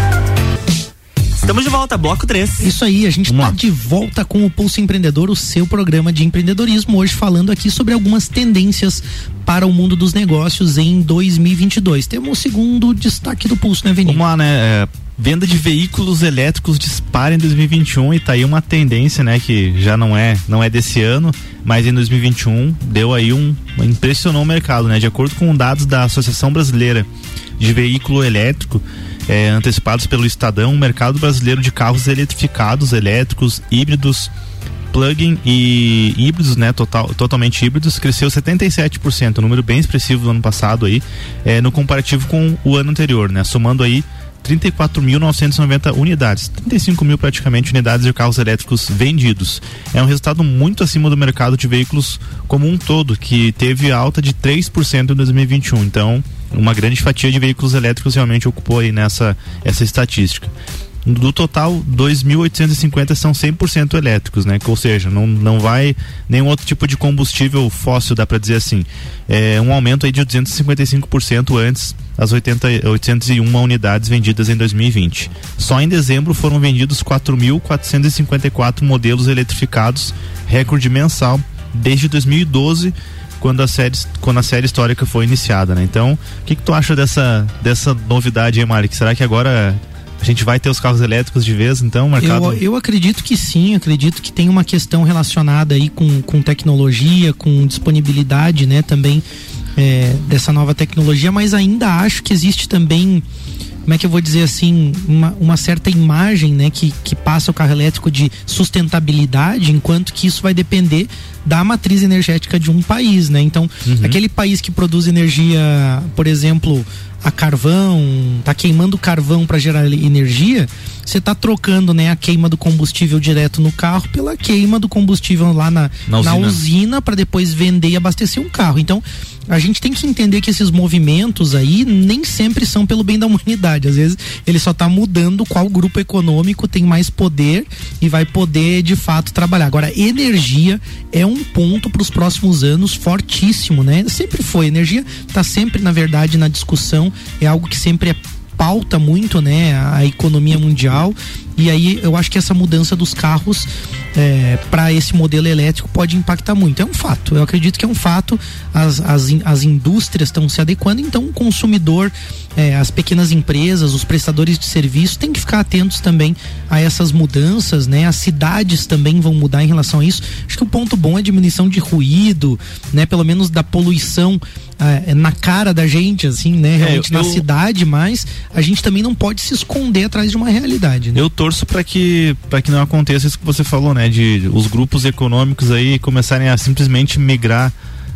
Estamos de volta, bloco três. Isso aí, a gente está de volta com o Pulso Empreendedor, o seu programa de empreendedorismo, hoje falando aqui sobre algumas tendências para o mundo dos negócios em dois mil e vinte e dois. Temos o segundo destaque do Pulso, né, Vinícius? Vamos lá, né? É, venda de veículos elétricos dispara em dois mil e vinte e um e tá aí uma tendência, né, que já não é, não é desse ano, mas em dois mil e vinte e um deu aí um, impressionou o mercado, né? De acordo com dados da Associação Brasileira de Veículo Elétrico, É, antecipados pelo Estadão, o mercado brasileiro de carros eletrificados, elétricos, híbridos, plug-in e híbridos, né, total, totalmente híbridos, cresceu setenta e sete por cento, um número bem expressivo do ano passado aí, é, no comparativo com o ano anterior, né, somando aí trinta e quatro mil novecentas e noventa unidades, trinta e cinco mil praticamente unidades de carros elétricos vendidos. É um resultado muito acima do mercado de veículos como um todo, que teve alta de três por cento em dois mil e vinte e um. Então, uma grande fatia de veículos elétricos realmente ocupou aí nessa essa estatística. Do total, dois mil oitocentos e cinquenta são cem por cento elétricos, né? Ou seja, não, não vai nenhum outro tipo de combustível fóssil, dá para dizer assim. É um aumento aí de duzentos e cinquenta e cinco por cento antes das oitocentas e uma unidades vendidas em dois mil e vinte. Só em dezembro foram vendidos quatro mil quatrocentos e cinquenta e quatro modelos eletrificados, recorde mensal desde dois mil e doze, quando a série, quando a série histórica foi iniciada, né? Então, o que que tu acha dessa, dessa novidade aí, Mari? Será que agora a gente vai ter os carros elétricos de vez, então, mercado? Eu, eu acredito que sim, acredito que tem uma questão relacionada aí com, com tecnologia, com disponibilidade, né, também é, dessa nova tecnologia, mas ainda acho que existe também, como é que eu vou dizer assim, uma, uma certa imagem, né, que, que passa o carro elétrico de sustentabilidade, enquanto que isso vai depender da matriz energética de um país, né? Então, uhum. aquele país que produz energia, por exemplo, a carvão, tá queimando carvão para gerar energia, você tá trocando, né, a queima do combustível direto no carro pela queima do combustível lá na, na usina, usina para depois vender e abastecer um carro. Então, a gente tem que entender que esses movimentos aí nem sempre são pelo bem da humanidade. Às vezes ele só tá mudando qual grupo econômico tem mais poder e vai poder de fato trabalhar. Agora, energia é um ponto para os próximos anos fortíssimo, né? Sempre foi. Energia tá sempre, na verdade, na discussão, é algo que sempre é pauta muito, né, a economia mundial, e aí eu acho que essa mudança dos carros é, para esse modelo elétrico pode impactar muito. É um fato, eu acredito que é um fato. As, as, as indústrias estão se adequando, então o consumidor, é, as pequenas empresas, os prestadores de serviço têm que ficar atentos também a essas mudanças, né? As cidades também vão mudar em relação a isso. Acho que o ponto bom é a diminuição de ruído, né? Pelo menos da poluição é, na cara da gente, assim, né? Realmente é, eu, na cidade, mas a gente também não pode se esconder atrás de uma realidade, né? Eu torço para que para que não aconteça isso que você falou, né? De os grupos econômicos aí começarem a simplesmente migrar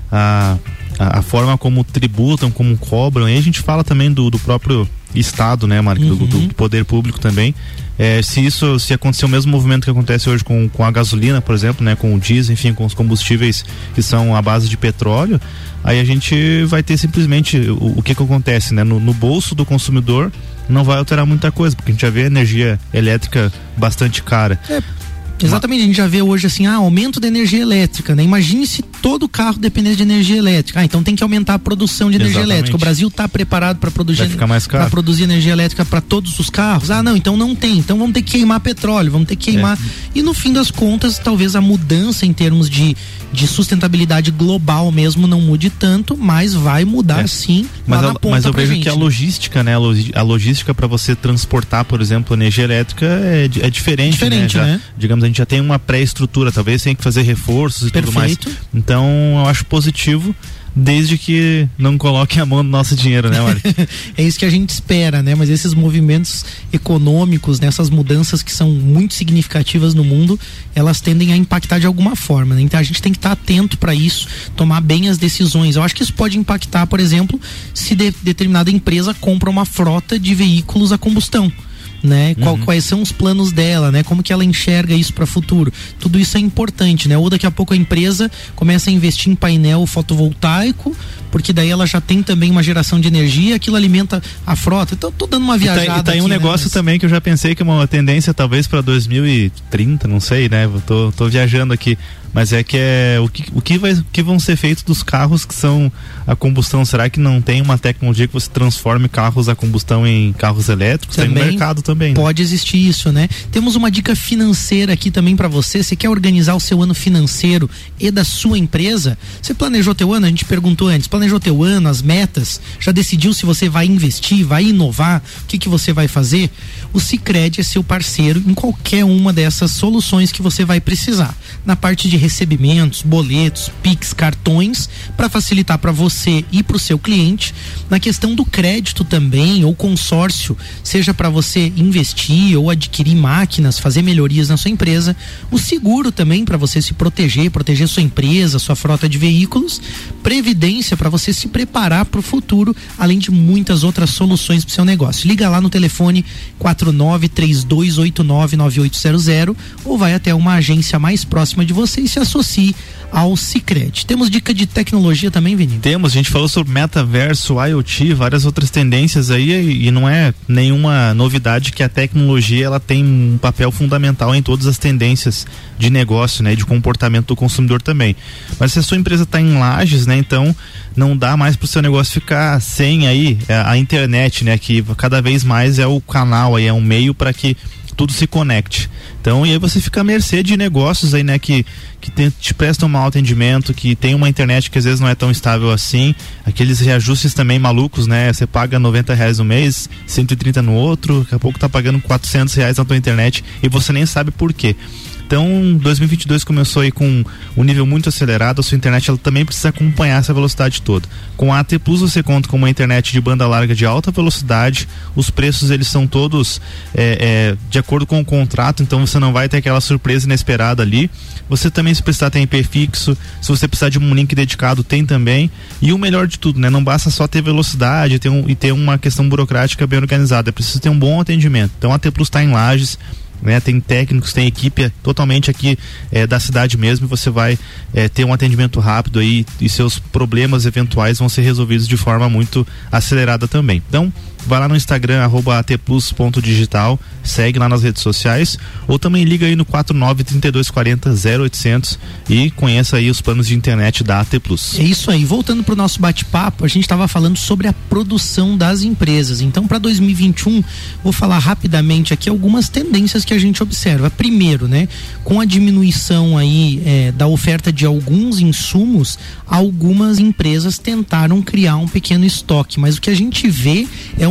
a, a, a forma como tributam, como cobram. E a gente fala também do, do próprio Estado, né, Marco? Uhum. Do, do poder público também. É, se isso, se acontecer o mesmo movimento que acontece hoje com, com a gasolina, por exemplo, né, com o diesel, enfim, com os combustíveis que são à base de petróleo, aí a gente vai ter simplesmente o, o que que acontece, né, no, no bolso do consumidor não vai alterar muita coisa, porque a gente já vê energia elétrica bastante cara. É. Exatamente, a gente já vê hoje assim, ah, aumento da energia elétrica, né? Imagine se todo carro dependesse de energia elétrica. Ah, então tem que aumentar a produção de energia Exatamente. elétrica. O Brasil está preparado para produzir, para produzir energia elétrica para todos os carros? Ah, não, então não tem. Então vamos ter que queimar petróleo, vamos ter que queimar. É. E no fim das contas, talvez a mudança em termos de, de sustentabilidade global mesmo não mude tanto, mas vai mudar é. sim. Mas, lá a, na ponta mas eu vejo gente, que a logística, né? A logística para você transportar, por exemplo, energia elétrica é, é diferente, diferente, né? Já, né? Digamos, a gente já tem uma pré-estrutura, talvez tenha que fazer reforços e Perfeito. tudo mais. Então, eu acho positivo, desde que não coloquem a mão no nosso dinheiro, né, Mário? É isso que a gente espera, né? Mas esses movimentos econômicos, né? Essas mudanças que são muito significativas no mundo, elas tendem a impactar de alguma forma, né? Então a gente tem que estar atento para isso, tomar bem as decisões. Eu acho que isso pode impactar, por exemplo, se de, determinada empresa compra uma frota de veículos a combustão. Né? Qual, uhum. Quais são os planos dela, né? Como que ela enxerga isso para o futuro? Tudo isso é importante, né? Ou daqui a pouco a empresa começa a investir em painel fotovoltaico, porque daí ela já tem também uma geração de energia, aquilo alimenta a frota. Então tô dando uma viajada. E tá, e tá aí aqui, um negócio, né? Mas... também que eu já pensei que é uma tendência talvez para dois mil e trinta, não sei, né? Eu tô, tô viajando aqui. Mas é que é o que, o que, vai, o que vão ser feitos dos carros que são a combustão? Será que não tem uma tecnologia que você transforme carros a combustão em carros elétricos? Também tem no mercado também. Pode né? existir isso, né? Temos uma dica financeira aqui também para você. Você quer organizar o seu ano financeiro e da sua empresa? Você planejou teu ano? A gente perguntou antes. Planejou teu ano, as metas? Já decidiu se você vai investir, vai inovar? O que que você vai fazer? O Sicredi é seu parceiro em qualquer uma dessas soluções que você vai precisar. Na parte de recebimentos, boletos, Pix, cartões, para facilitar para você e para o seu cliente. Na questão do crédito também, ou consórcio, seja para você investir ou adquirir máquinas, fazer melhorias na sua empresa. O seguro também para você se proteger, proteger sua empresa, sua frota de veículos. Previdência para você se preparar para o futuro, além de muitas outras soluções para o seu negócio. Liga lá no telefone quatro nove três dois oito nove nove oito zero zero ou vai até uma agência mais próxima de você e se associe ao Sicredi. Temos dica de tecnologia também, Vinícius? Temos, a gente falou sobre metaverso, IoT, várias outras tendências aí e, e não é nenhuma novidade que a tecnologia ela tem um papel fundamental em todas as tendências de negócio, né, de comportamento do consumidor também. Mas se a sua empresa está em lajes, né, então não dá mais para o seu negócio ficar sem aí a, a internet, né, que cada vez mais é o canal aí, é um meio para que tudo se conecte. Então, e aí você fica à mercê de negócios aí, né, que, que te, te prestam mau atendimento, que tem uma internet que às vezes não é tão estável assim, aqueles reajustes também malucos, né, você paga noventa reais no mês, cento e trinta no outro, daqui a pouco tá pagando quatrocentos reais na tua internet e você nem sabe por quê. Então, dois mil e vinte e dois começou aí com um nível muito acelerado, a sua internet ela também precisa acompanhar essa velocidade toda. Com a A T Plus você conta com uma internet de banda larga de alta velocidade, os preços eles são todos é, é, de acordo com o contrato, então você não vai ter aquela surpresa inesperada ali. Você também, se precisar, tem I P fixo, se você precisar de um link dedicado, tem também. E o melhor de tudo, né? Não basta só ter velocidade ter um, e ter uma questão burocrática bem organizada, é preciso ter um bom atendimento. Então a A T Plus está em Lages, né, tem técnicos, tem equipe totalmente aqui é, da cidade mesmo, você vai é, ter um atendimento rápido aí e seus problemas eventuais vão ser resolvidos de forma muito acelerada também. Então, vai lá no Instagram, arroba atplus ponto digital, segue lá nas redes sociais, ou também liga aí no quatro nove três dois quatro zero zero oitocentos e conheça aí os planos de internet da A T Plus. É isso aí, voltando pro nosso bate-papo, a gente estava falando sobre a produção das empresas. Então, para dois mil e vinte e um, vou falar rapidamente aqui algumas tendências que a gente observa. Primeiro, né, com a diminuição aí é, da oferta de alguns insumos, algumas empresas tentaram criar um pequeno estoque, mas o que a gente vê é um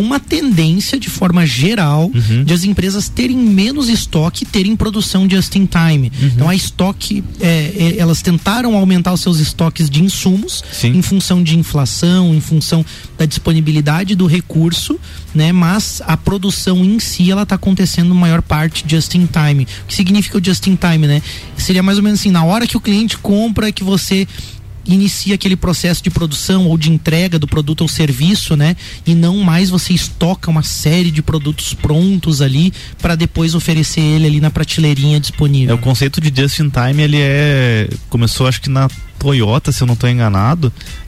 uma tendência de forma geral uhum. de as empresas terem menos estoque e terem produção just in time. Uhum. Então a estoque, é, é, elas tentaram aumentar os seus estoques de insumos Sim. em função de inflação, em função da disponibilidade do recurso, né? Mas a produção em si, ela está acontecendo maior parte just in time. O que significa o just in time, né? Seria mais ou menos assim, na hora que o cliente compra, que você inicia aquele processo de produção ou de entrega do produto ou serviço, né? E não mais você estoca uma série de produtos prontos ali para depois oferecer ele ali na prateleirinha disponível. É, o conceito de just in time, ele é começou acho que na Toyota, se eu não estou enganado,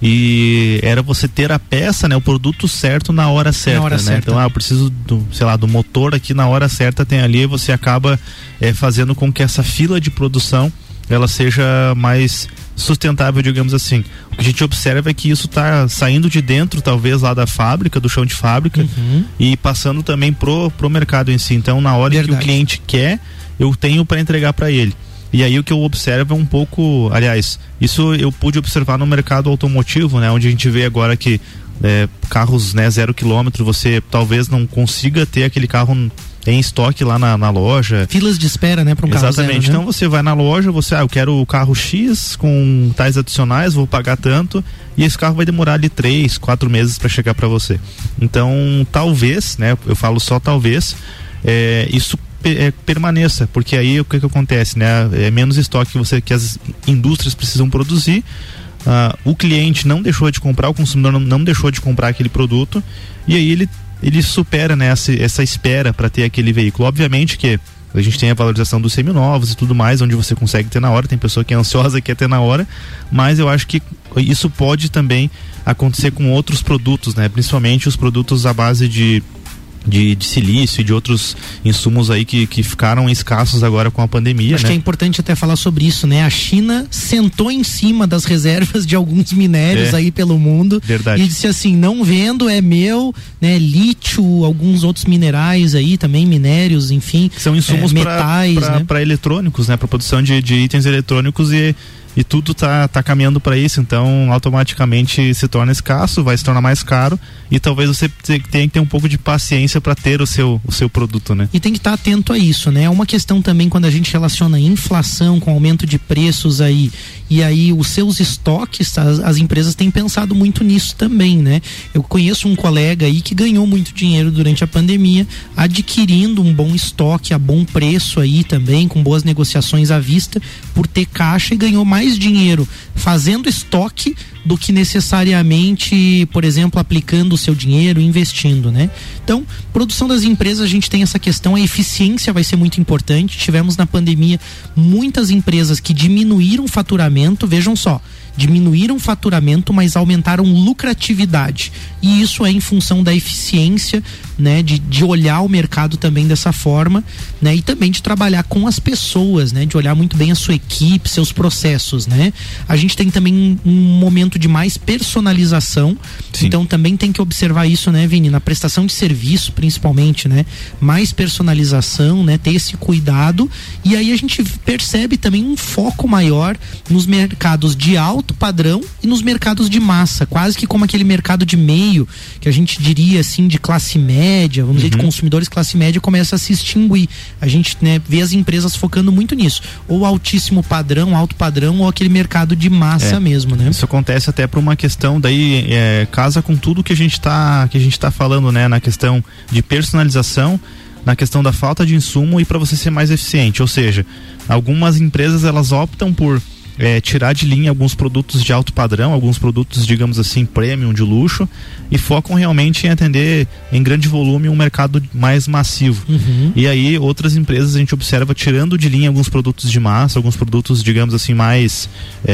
e era você ter a peça, né, o produto certo na hora certa, na hora né? certa. Então, ah, eu preciso do, sei lá, do motor aqui na hora certa, tem ali, e você acaba é, fazendo com que essa fila de produção ela seja mais sustentável, digamos assim. O que a gente observa é que isso está saindo de dentro, talvez, lá da fábrica, do chão de fábrica, uhum. e passando também pro, pro mercado em si. Então, na hora Verdade. que o cliente quer, eu tenho para entregar para ele. E aí o que eu observo é um pouco, aliás, isso eu pude observar no mercado automotivo, né? Onde a gente vê agora que é, carros, né, zero quilômetro, você talvez não consiga ter aquele carro em estoque lá na, na loja. Filas de espera, né, para um carro zero. Exatamente. Então você vai na loja, você, ah, eu quero o carro X com tais adicionais, vou pagar tanto, e esse carro vai demorar ali três, quatro meses para chegar para você. Então, talvez, né, eu falo só talvez, é, isso é, permaneça, porque aí o que que acontece, né? É menos estoque que você, que as indústrias precisam produzir. Uh, o cliente não deixou de comprar, o consumidor não, não deixou de comprar aquele produto, e aí ele ele supera, né, essa, essa espera para ter aquele veículo. Obviamente que a gente tem a valorização dos seminovos e tudo mais, onde você consegue ter na hora, tem pessoa que é ansiosa e quer ter na hora, mas eu acho que isso pode também acontecer com outros produtos, né, principalmente os produtos à base de De, de silício e de outros insumos aí que, que ficaram escassos agora com a pandemia. Acho né? que é importante até falar sobre isso, né? A China sentou em cima das reservas de alguns minérios é. aí pelo mundo. Verdade. E disse assim, não vendo, é meu, né? Lítio, alguns outros minerais aí também, minérios, enfim. Que são insumos é, metais, para né? para eletrônicos, né? Para produção de, de itens eletrônicos, e E tudo tá, tá caminhando para isso, então automaticamente se torna escasso, vai se tornar mais caro, e talvez você tenha que ter um pouco de paciência para ter o seu, o seu produto, né? E tem que estar atento a isso, né? É uma questão também quando a gente relaciona inflação com aumento de preços aí, e aí os seus estoques, as, as empresas têm pensado muito nisso também, né? Eu conheço um colega aí que ganhou muito dinheiro durante a pandemia, adquirindo um bom estoque a bom preço aí também, com boas negociações à vista, por ter caixa, e ganhou mais dinheiro fazendo estoque do que necessariamente, por exemplo, aplicando o seu dinheiro, investindo, né? Então, produção das empresas, a gente tem essa questão, a eficiência vai ser muito importante. Tivemos na pandemia muitas empresas que diminuíram o faturamento, vejam só, diminuíram o faturamento, mas aumentaram lucratividade, e isso é em função da eficiência, né, de, de olhar o mercado também dessa forma, né, e também de trabalhar com as pessoas, né, de olhar muito bem a sua equipe, seus processos, né. A gente tem também um, um momento de mais personalização. Sim. Então também tem que observar isso, né, Vini, na prestação de serviço principalmente, né, mais personalização, né, ter esse cuidado, e aí a gente percebe também um foco maior nos mercados de alto padrão e nos mercados de massa, quase que como aquele mercado de meio, que a gente diria assim, de classe média, vamos uhum. dizer, de consumidores classe média, começa a se extinguir. A gente, né, vê as empresas focando muito nisso, ou altíssimo padrão, alto padrão, ou aquele mercado de massa é, mesmo, né? Isso acontece até por uma questão, daí é, casa com tudo que a gente tá, que a gente tá falando, né, na questão de personalização, na questão da falta de insumo, e para você ser mais eficiente, ou seja, algumas empresas elas optam por É, tirar de linha alguns produtos de alto padrão, alguns produtos, digamos assim, premium, de luxo, e focam realmente em atender em grande volume um mercado mais massivo. Uhum. E aí outras empresas a gente observa tirando de linha alguns produtos de massa, alguns produtos, digamos assim, mais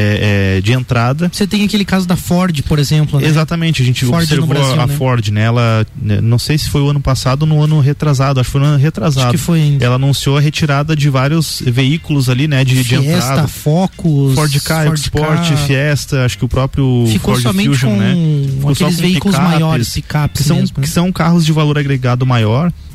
é, é, de entrada. Você tem aquele caso da Ford, por exemplo, né? Exatamente, a gente Ford observou Brasil, a né? Ford, né? Ela, não sei se foi o ano passado ou no ano retrasado, acho que foi no ano retrasado. Acho que foi ainda. Ela anunciou a retirada de vários veículos ali, né? De, Fiesta, de entrada. Focus, Ford Ka, Ford Sport, Ka. Fiesta, acho que o próprio ficou Ford somente Fusion, com né? Ficou aqueles com veículos picapes, maiores, picapes que são, mesmo, né? que são carros de valor agregado maior,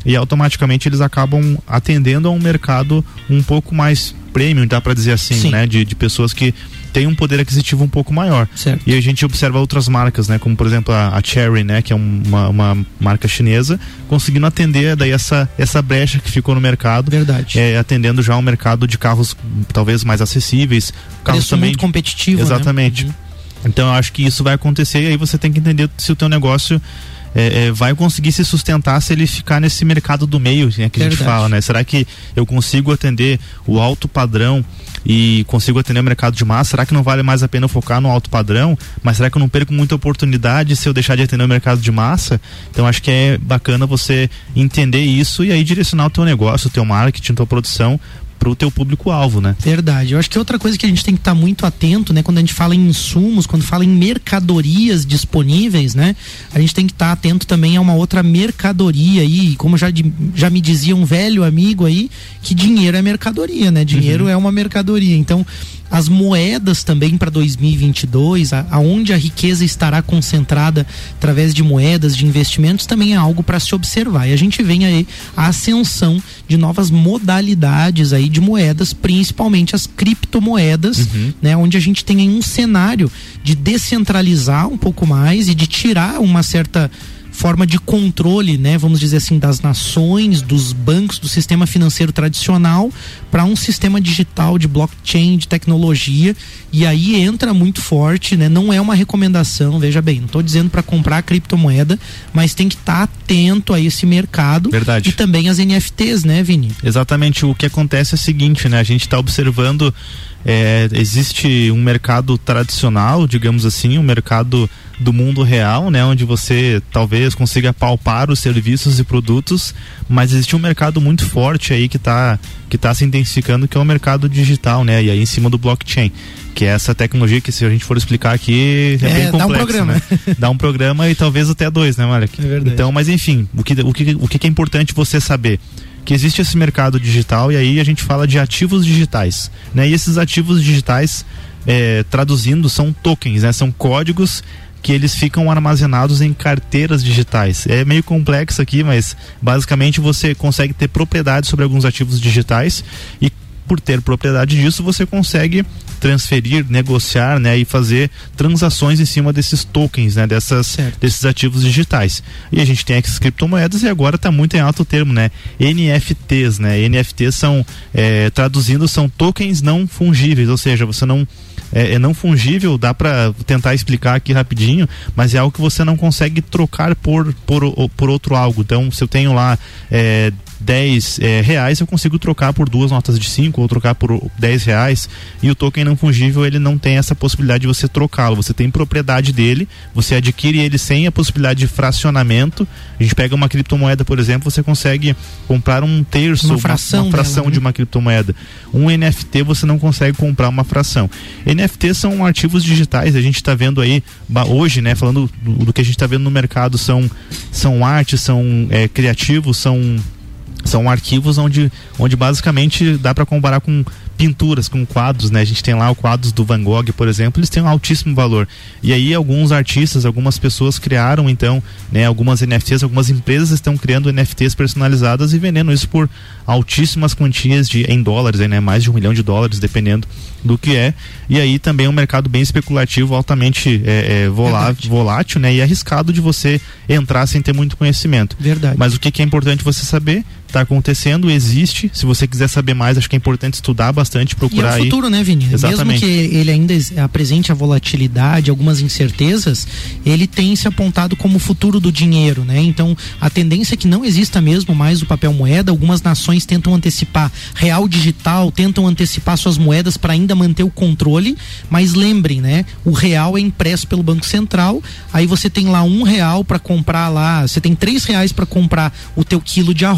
e automaticamente eles acabam atendendo a um mercado um pouco mais premium, dá para dizer assim, Sim. né? De, de pessoas que têm um poder aquisitivo um pouco maior. Certo. E a gente observa outras marcas, né? Como por exemplo a, a Chery, né? Que é uma, uma marca chinesa, conseguindo atender daí essa, essa brecha que ficou no mercado. Verdade. É, atendendo já um mercado de carros talvez mais acessíveis. Carros Preço também muito competitivo, Exatamente. Né? Uhum. Então eu acho que isso vai acontecer e aí você tem que entender se o teu negócio É, é, vai conseguir se sustentar se ele ficar nesse mercado do meio, né, que Verdade. A gente fala, né? Será que eu consigo atender o alto padrão e consigo atender o mercado de massa? Será que não vale mais a pena eu focar no alto padrão? Mas será que eu não perco muita oportunidade se eu deixar de atender o mercado de massa? Então acho que é bacana você entender isso e aí direcionar o teu negócio, o teu marketing, a tua produção para o teu público-alvo, né? Verdade. Eu acho que outra coisa que a gente tem que estar tá muito atento, né? Quando a gente fala em insumos, quando fala em mercadorias disponíveis, né? A gente tem que estar tá atento também a uma outra mercadoria aí, como já, já me dizia um velho amigo aí, que dinheiro é mercadoria, né? Dinheiro uhum. é uma mercadoria. Então, as moedas também para dois mil e vinte e dois, a, aonde a riqueza estará concentrada através de moedas, de investimentos, também é algo para se observar. E a gente vem aí a ascensão de novas modalidades aí de moedas, principalmente as criptomoedas, uhum. né? Onde a gente tem aí um cenário de descentralizar um pouco mais e de tirar uma certa forma de controle, né, vamos dizer assim, das nações, dos bancos, do sistema financeiro tradicional para um sistema digital de blockchain, de tecnologia, e aí entra muito forte, né, não é uma recomendação, veja bem, não estou dizendo para comprar criptomoeda, mas tem que estar tá atento a esse mercado. Verdade. E também as N F Ts, né, Vini? Exatamente, o que acontece é o seguinte, né, a gente está observando É, existe um mercado tradicional, digamos assim, um mercado do mundo real, né, onde você talvez consiga palpar os serviços e produtos, mas existe um mercado muito forte aí que está que tá se intensificando, que é o mercado digital, né, e aí em cima do blockchain, que é essa tecnologia que, se a gente for explicar aqui, é, é bem complexo, dá um programa, né? Dá um programa e talvez até dois, né, Marek? É verdade. Então, mas enfim, o que, o que, o que é importante você saber? Que existe esse mercado digital e aí a gente fala de ativos digitais, né? E esses ativos digitais, é, traduzindo, são tokens, né? São códigos que eles ficam armazenados em carteiras digitais. É meio complexo aqui, mas basicamente você consegue ter propriedade sobre alguns ativos digitais e por ter propriedade disso, você consegue transferir, negociar, né, e fazer transações em cima desses tokens, né, dessas, desses ativos digitais. E a gente tem essas criptomoedas e agora está muito em alto termo, né, N F Ts, né, N F Ts são, é, traduzindo, são tokens não fungíveis, ou seja, você não É, é não fungível, dá para tentar explicar aqui rapidinho, mas é algo que você não consegue trocar por, por, por outro algo. Então, se eu tenho lá é, dez é, reais, eu consigo trocar por duas notas de cinco ou trocar por dez reais, e o token não fungível, ele não tem essa possibilidade de você trocá-lo, você tem propriedade dele, você adquire ele sem a possibilidade de fracionamento. A gente pega uma criptomoeda, por exemplo, você consegue comprar um terço, uma fração, uma, uma fração dela, de uma criptomoeda. Um N F T você não consegue comprar uma fração. N F T são arquivos digitais, a gente está vendo aí hoje, né, falando do, do que a gente está vendo no mercado, são, são artes, são é, criativos, são são arquivos onde, onde basicamente dá para comparar com pinturas, com quadros, né? A gente tem lá os quadros do Van Gogh, por exemplo, eles têm um altíssimo valor. E aí alguns artistas, algumas pessoas criaram então, né, algumas N F Ts, algumas empresas estão criando N F Ts personalizadas e vendendo isso por altíssimas quantias de, em dólares, né? Mais de um milhão de dólares, dependendo do que é. E aí também é um mercado bem especulativo, altamente é, é, volá, volátil, né? E arriscado de você entrar sem ter muito conhecimento. Verdade. Mas o que, que é importante você saber? Está acontecendo, existe. Se você quiser saber mais, acho que é importante estudar bastante, procurar. E é o futuro, aí. né, Vini? Exatamente. Mesmo que ele ainda apresente a volatilidade, algumas incertezas, ele tem se apontado como o futuro do dinheiro, né? Então, a tendência é que não exista mesmo mais o papel moeda. Algumas nações tentam antecipar real digital, tentam antecipar suas moedas para ainda manter o controle, mas lembrem, né? O real é impresso pelo Banco Central, aí você tem lá um real para comprar lá, você tem três reais para comprar o teu quilo de arroz, uhum.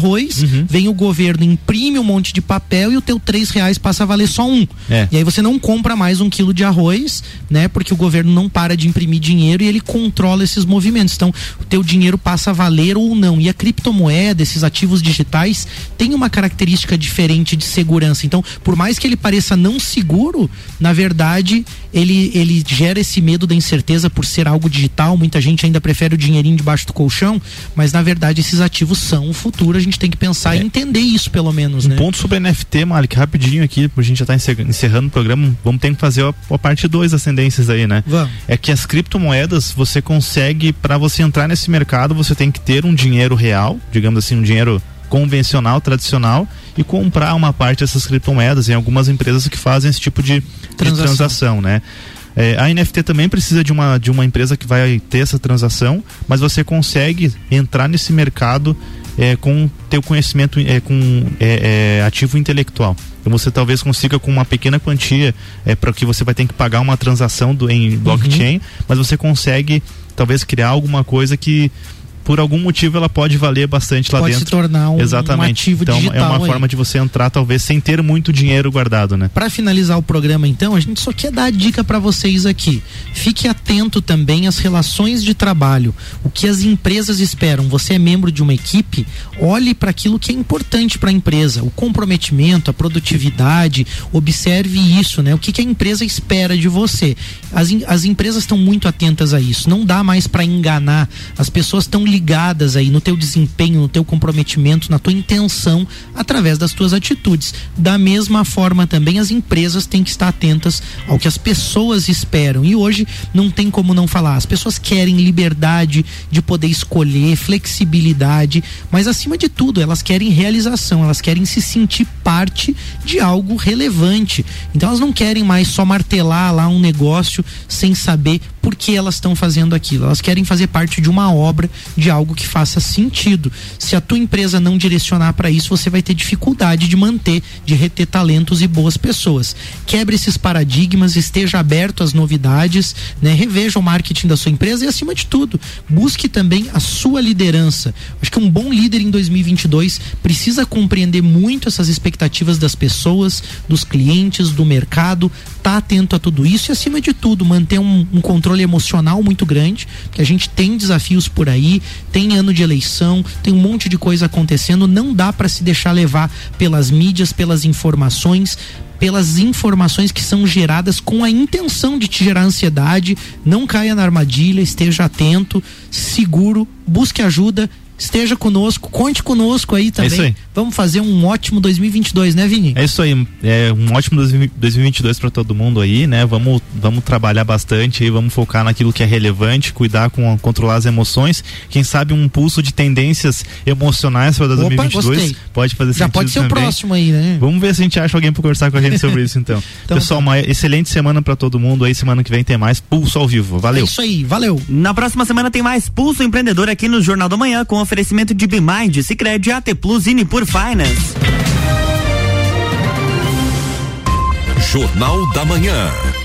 uhum. vem o governo, imprime um monte de papel e o teu três reais passa a valer só um. É. E aí você não compra mais um quilo de arroz, né? Porque o governo não para de imprimir dinheiro e ele controla esses movimentos. Então, o teu dinheiro passa a valer ou não. E a criptomoeda, esses ativos digitais, tem uma característica diferente de segurança. Então, por mais que ele pareça não seguro, na verdade, ele, ele gera esse medo da incerteza por ser algo digital. Muita gente ainda prefere o dinheirinho debaixo do colchão, mas na verdade esses ativos são o futuro. A gente tem que pensar é. e entender isso, pelo menos, um né? ponto sobre N F T, Malik, rapidinho aqui, a gente já está encerrando o programa, vamos ter que fazer a, a parte dois das tendências aí, né? Vamos. É que as criptomoedas, você consegue, para você entrar nesse mercado, você tem que ter um dinheiro real, digamos assim, um dinheiro convencional, tradicional, e comprar uma parte dessas criptomoedas em algumas empresas que fazem esse tipo de transação, de transação, né? É, a N F T também precisa de uma, de uma empresa que vai ter essa transação, mas você consegue entrar nesse mercado é, com teu conhecimento, é, com é, é, ativo intelectual. Então você talvez consiga com uma pequena quantia, é, para que você vai ter que pagar uma transação do, em blockchain, uhum. mas você consegue talvez criar alguma coisa que por algum motivo ela pode valer bastante lá pode dentro. Pode se tornar um, Exatamente. um ativo então, digital. É uma aí. forma de você entrar talvez sem ter muito dinheiro guardado, né? Para finalizar o programa então, a gente só quer dar a dica para vocês aqui. Fique atento também às relações de trabalho. O que as empresas esperam. Você é membro de uma equipe, olhe para aquilo que é importante para a empresa. O comprometimento, a produtividade, observe isso, né? O que, que a empresa espera de você. As, as empresas estão muito atentas a isso. Não dá mais para enganar. As pessoas estão ligadas aí no teu desempenho, no teu comprometimento, na tua intenção, através das tuas atitudes. Da mesma forma também as empresas têm que estar atentas ao que as pessoas esperam, e hoje não tem como não falar, as pessoas querem liberdade de poder escolher, flexibilidade, mas acima de tudo elas querem realização, elas querem se sentir parte de algo relevante. Então elas não querem mais só martelar lá um negócio sem saber por que elas estão fazendo aquilo. Elas querem fazer parte de uma obra, de algo que faça sentido. Se a tua empresa não direcionar para isso, você vai ter dificuldade de manter, de reter talentos e boas pessoas. Quebre esses paradigmas, esteja aberto às novidades, né? Reveja o marketing da sua empresa e, acima de tudo, busque também a sua liderança. Acho que um bom líder em dois mil e vinte e dois precisa compreender muito essas expectativas das pessoas, dos clientes, do mercado, tá atento a tudo isso e, acima de tudo, manter um, um controle emocional muito grande, porque a gente tem desafios por aí, tem ano de eleição, tem um monte de coisa acontecendo, não dá para se deixar levar pelas mídias, pelas informações, pelas informações que são geradas com a intenção de te gerar ansiedade. Não caia na armadilha, esteja atento, seguro, busque ajuda, esteja conosco, conte conosco aí também. É isso aí. Vamos fazer um ótimo dois mil e vinte e dois, né, Vini? É isso aí, é um ótimo dois mil e vinte e dois para todo mundo aí, né? Vamos, vamos trabalhar bastante aí, vamos focar naquilo que é relevante, cuidar com controlar as emoções. Quem sabe um pulso de tendências emocionais para dois mil e vinte e dois. Gostei. Pode fazer sentido. Já pode ser também. O próximo aí, né? Vamos ver se a gente acha alguém para conversar com a gente sobre isso então. Então pessoal, tá. Uma excelente semana para todo mundo aí, semana que vem tem mais Pulso ao Vivo. Valeu. É isso aí, valeu. Na próxima semana tem mais Pulso Empreendedor aqui no Jornal da Manhã, com oferecimento de Bimind, Sicredi, A T Plus e Nipur Finance. Jornal da Manhã.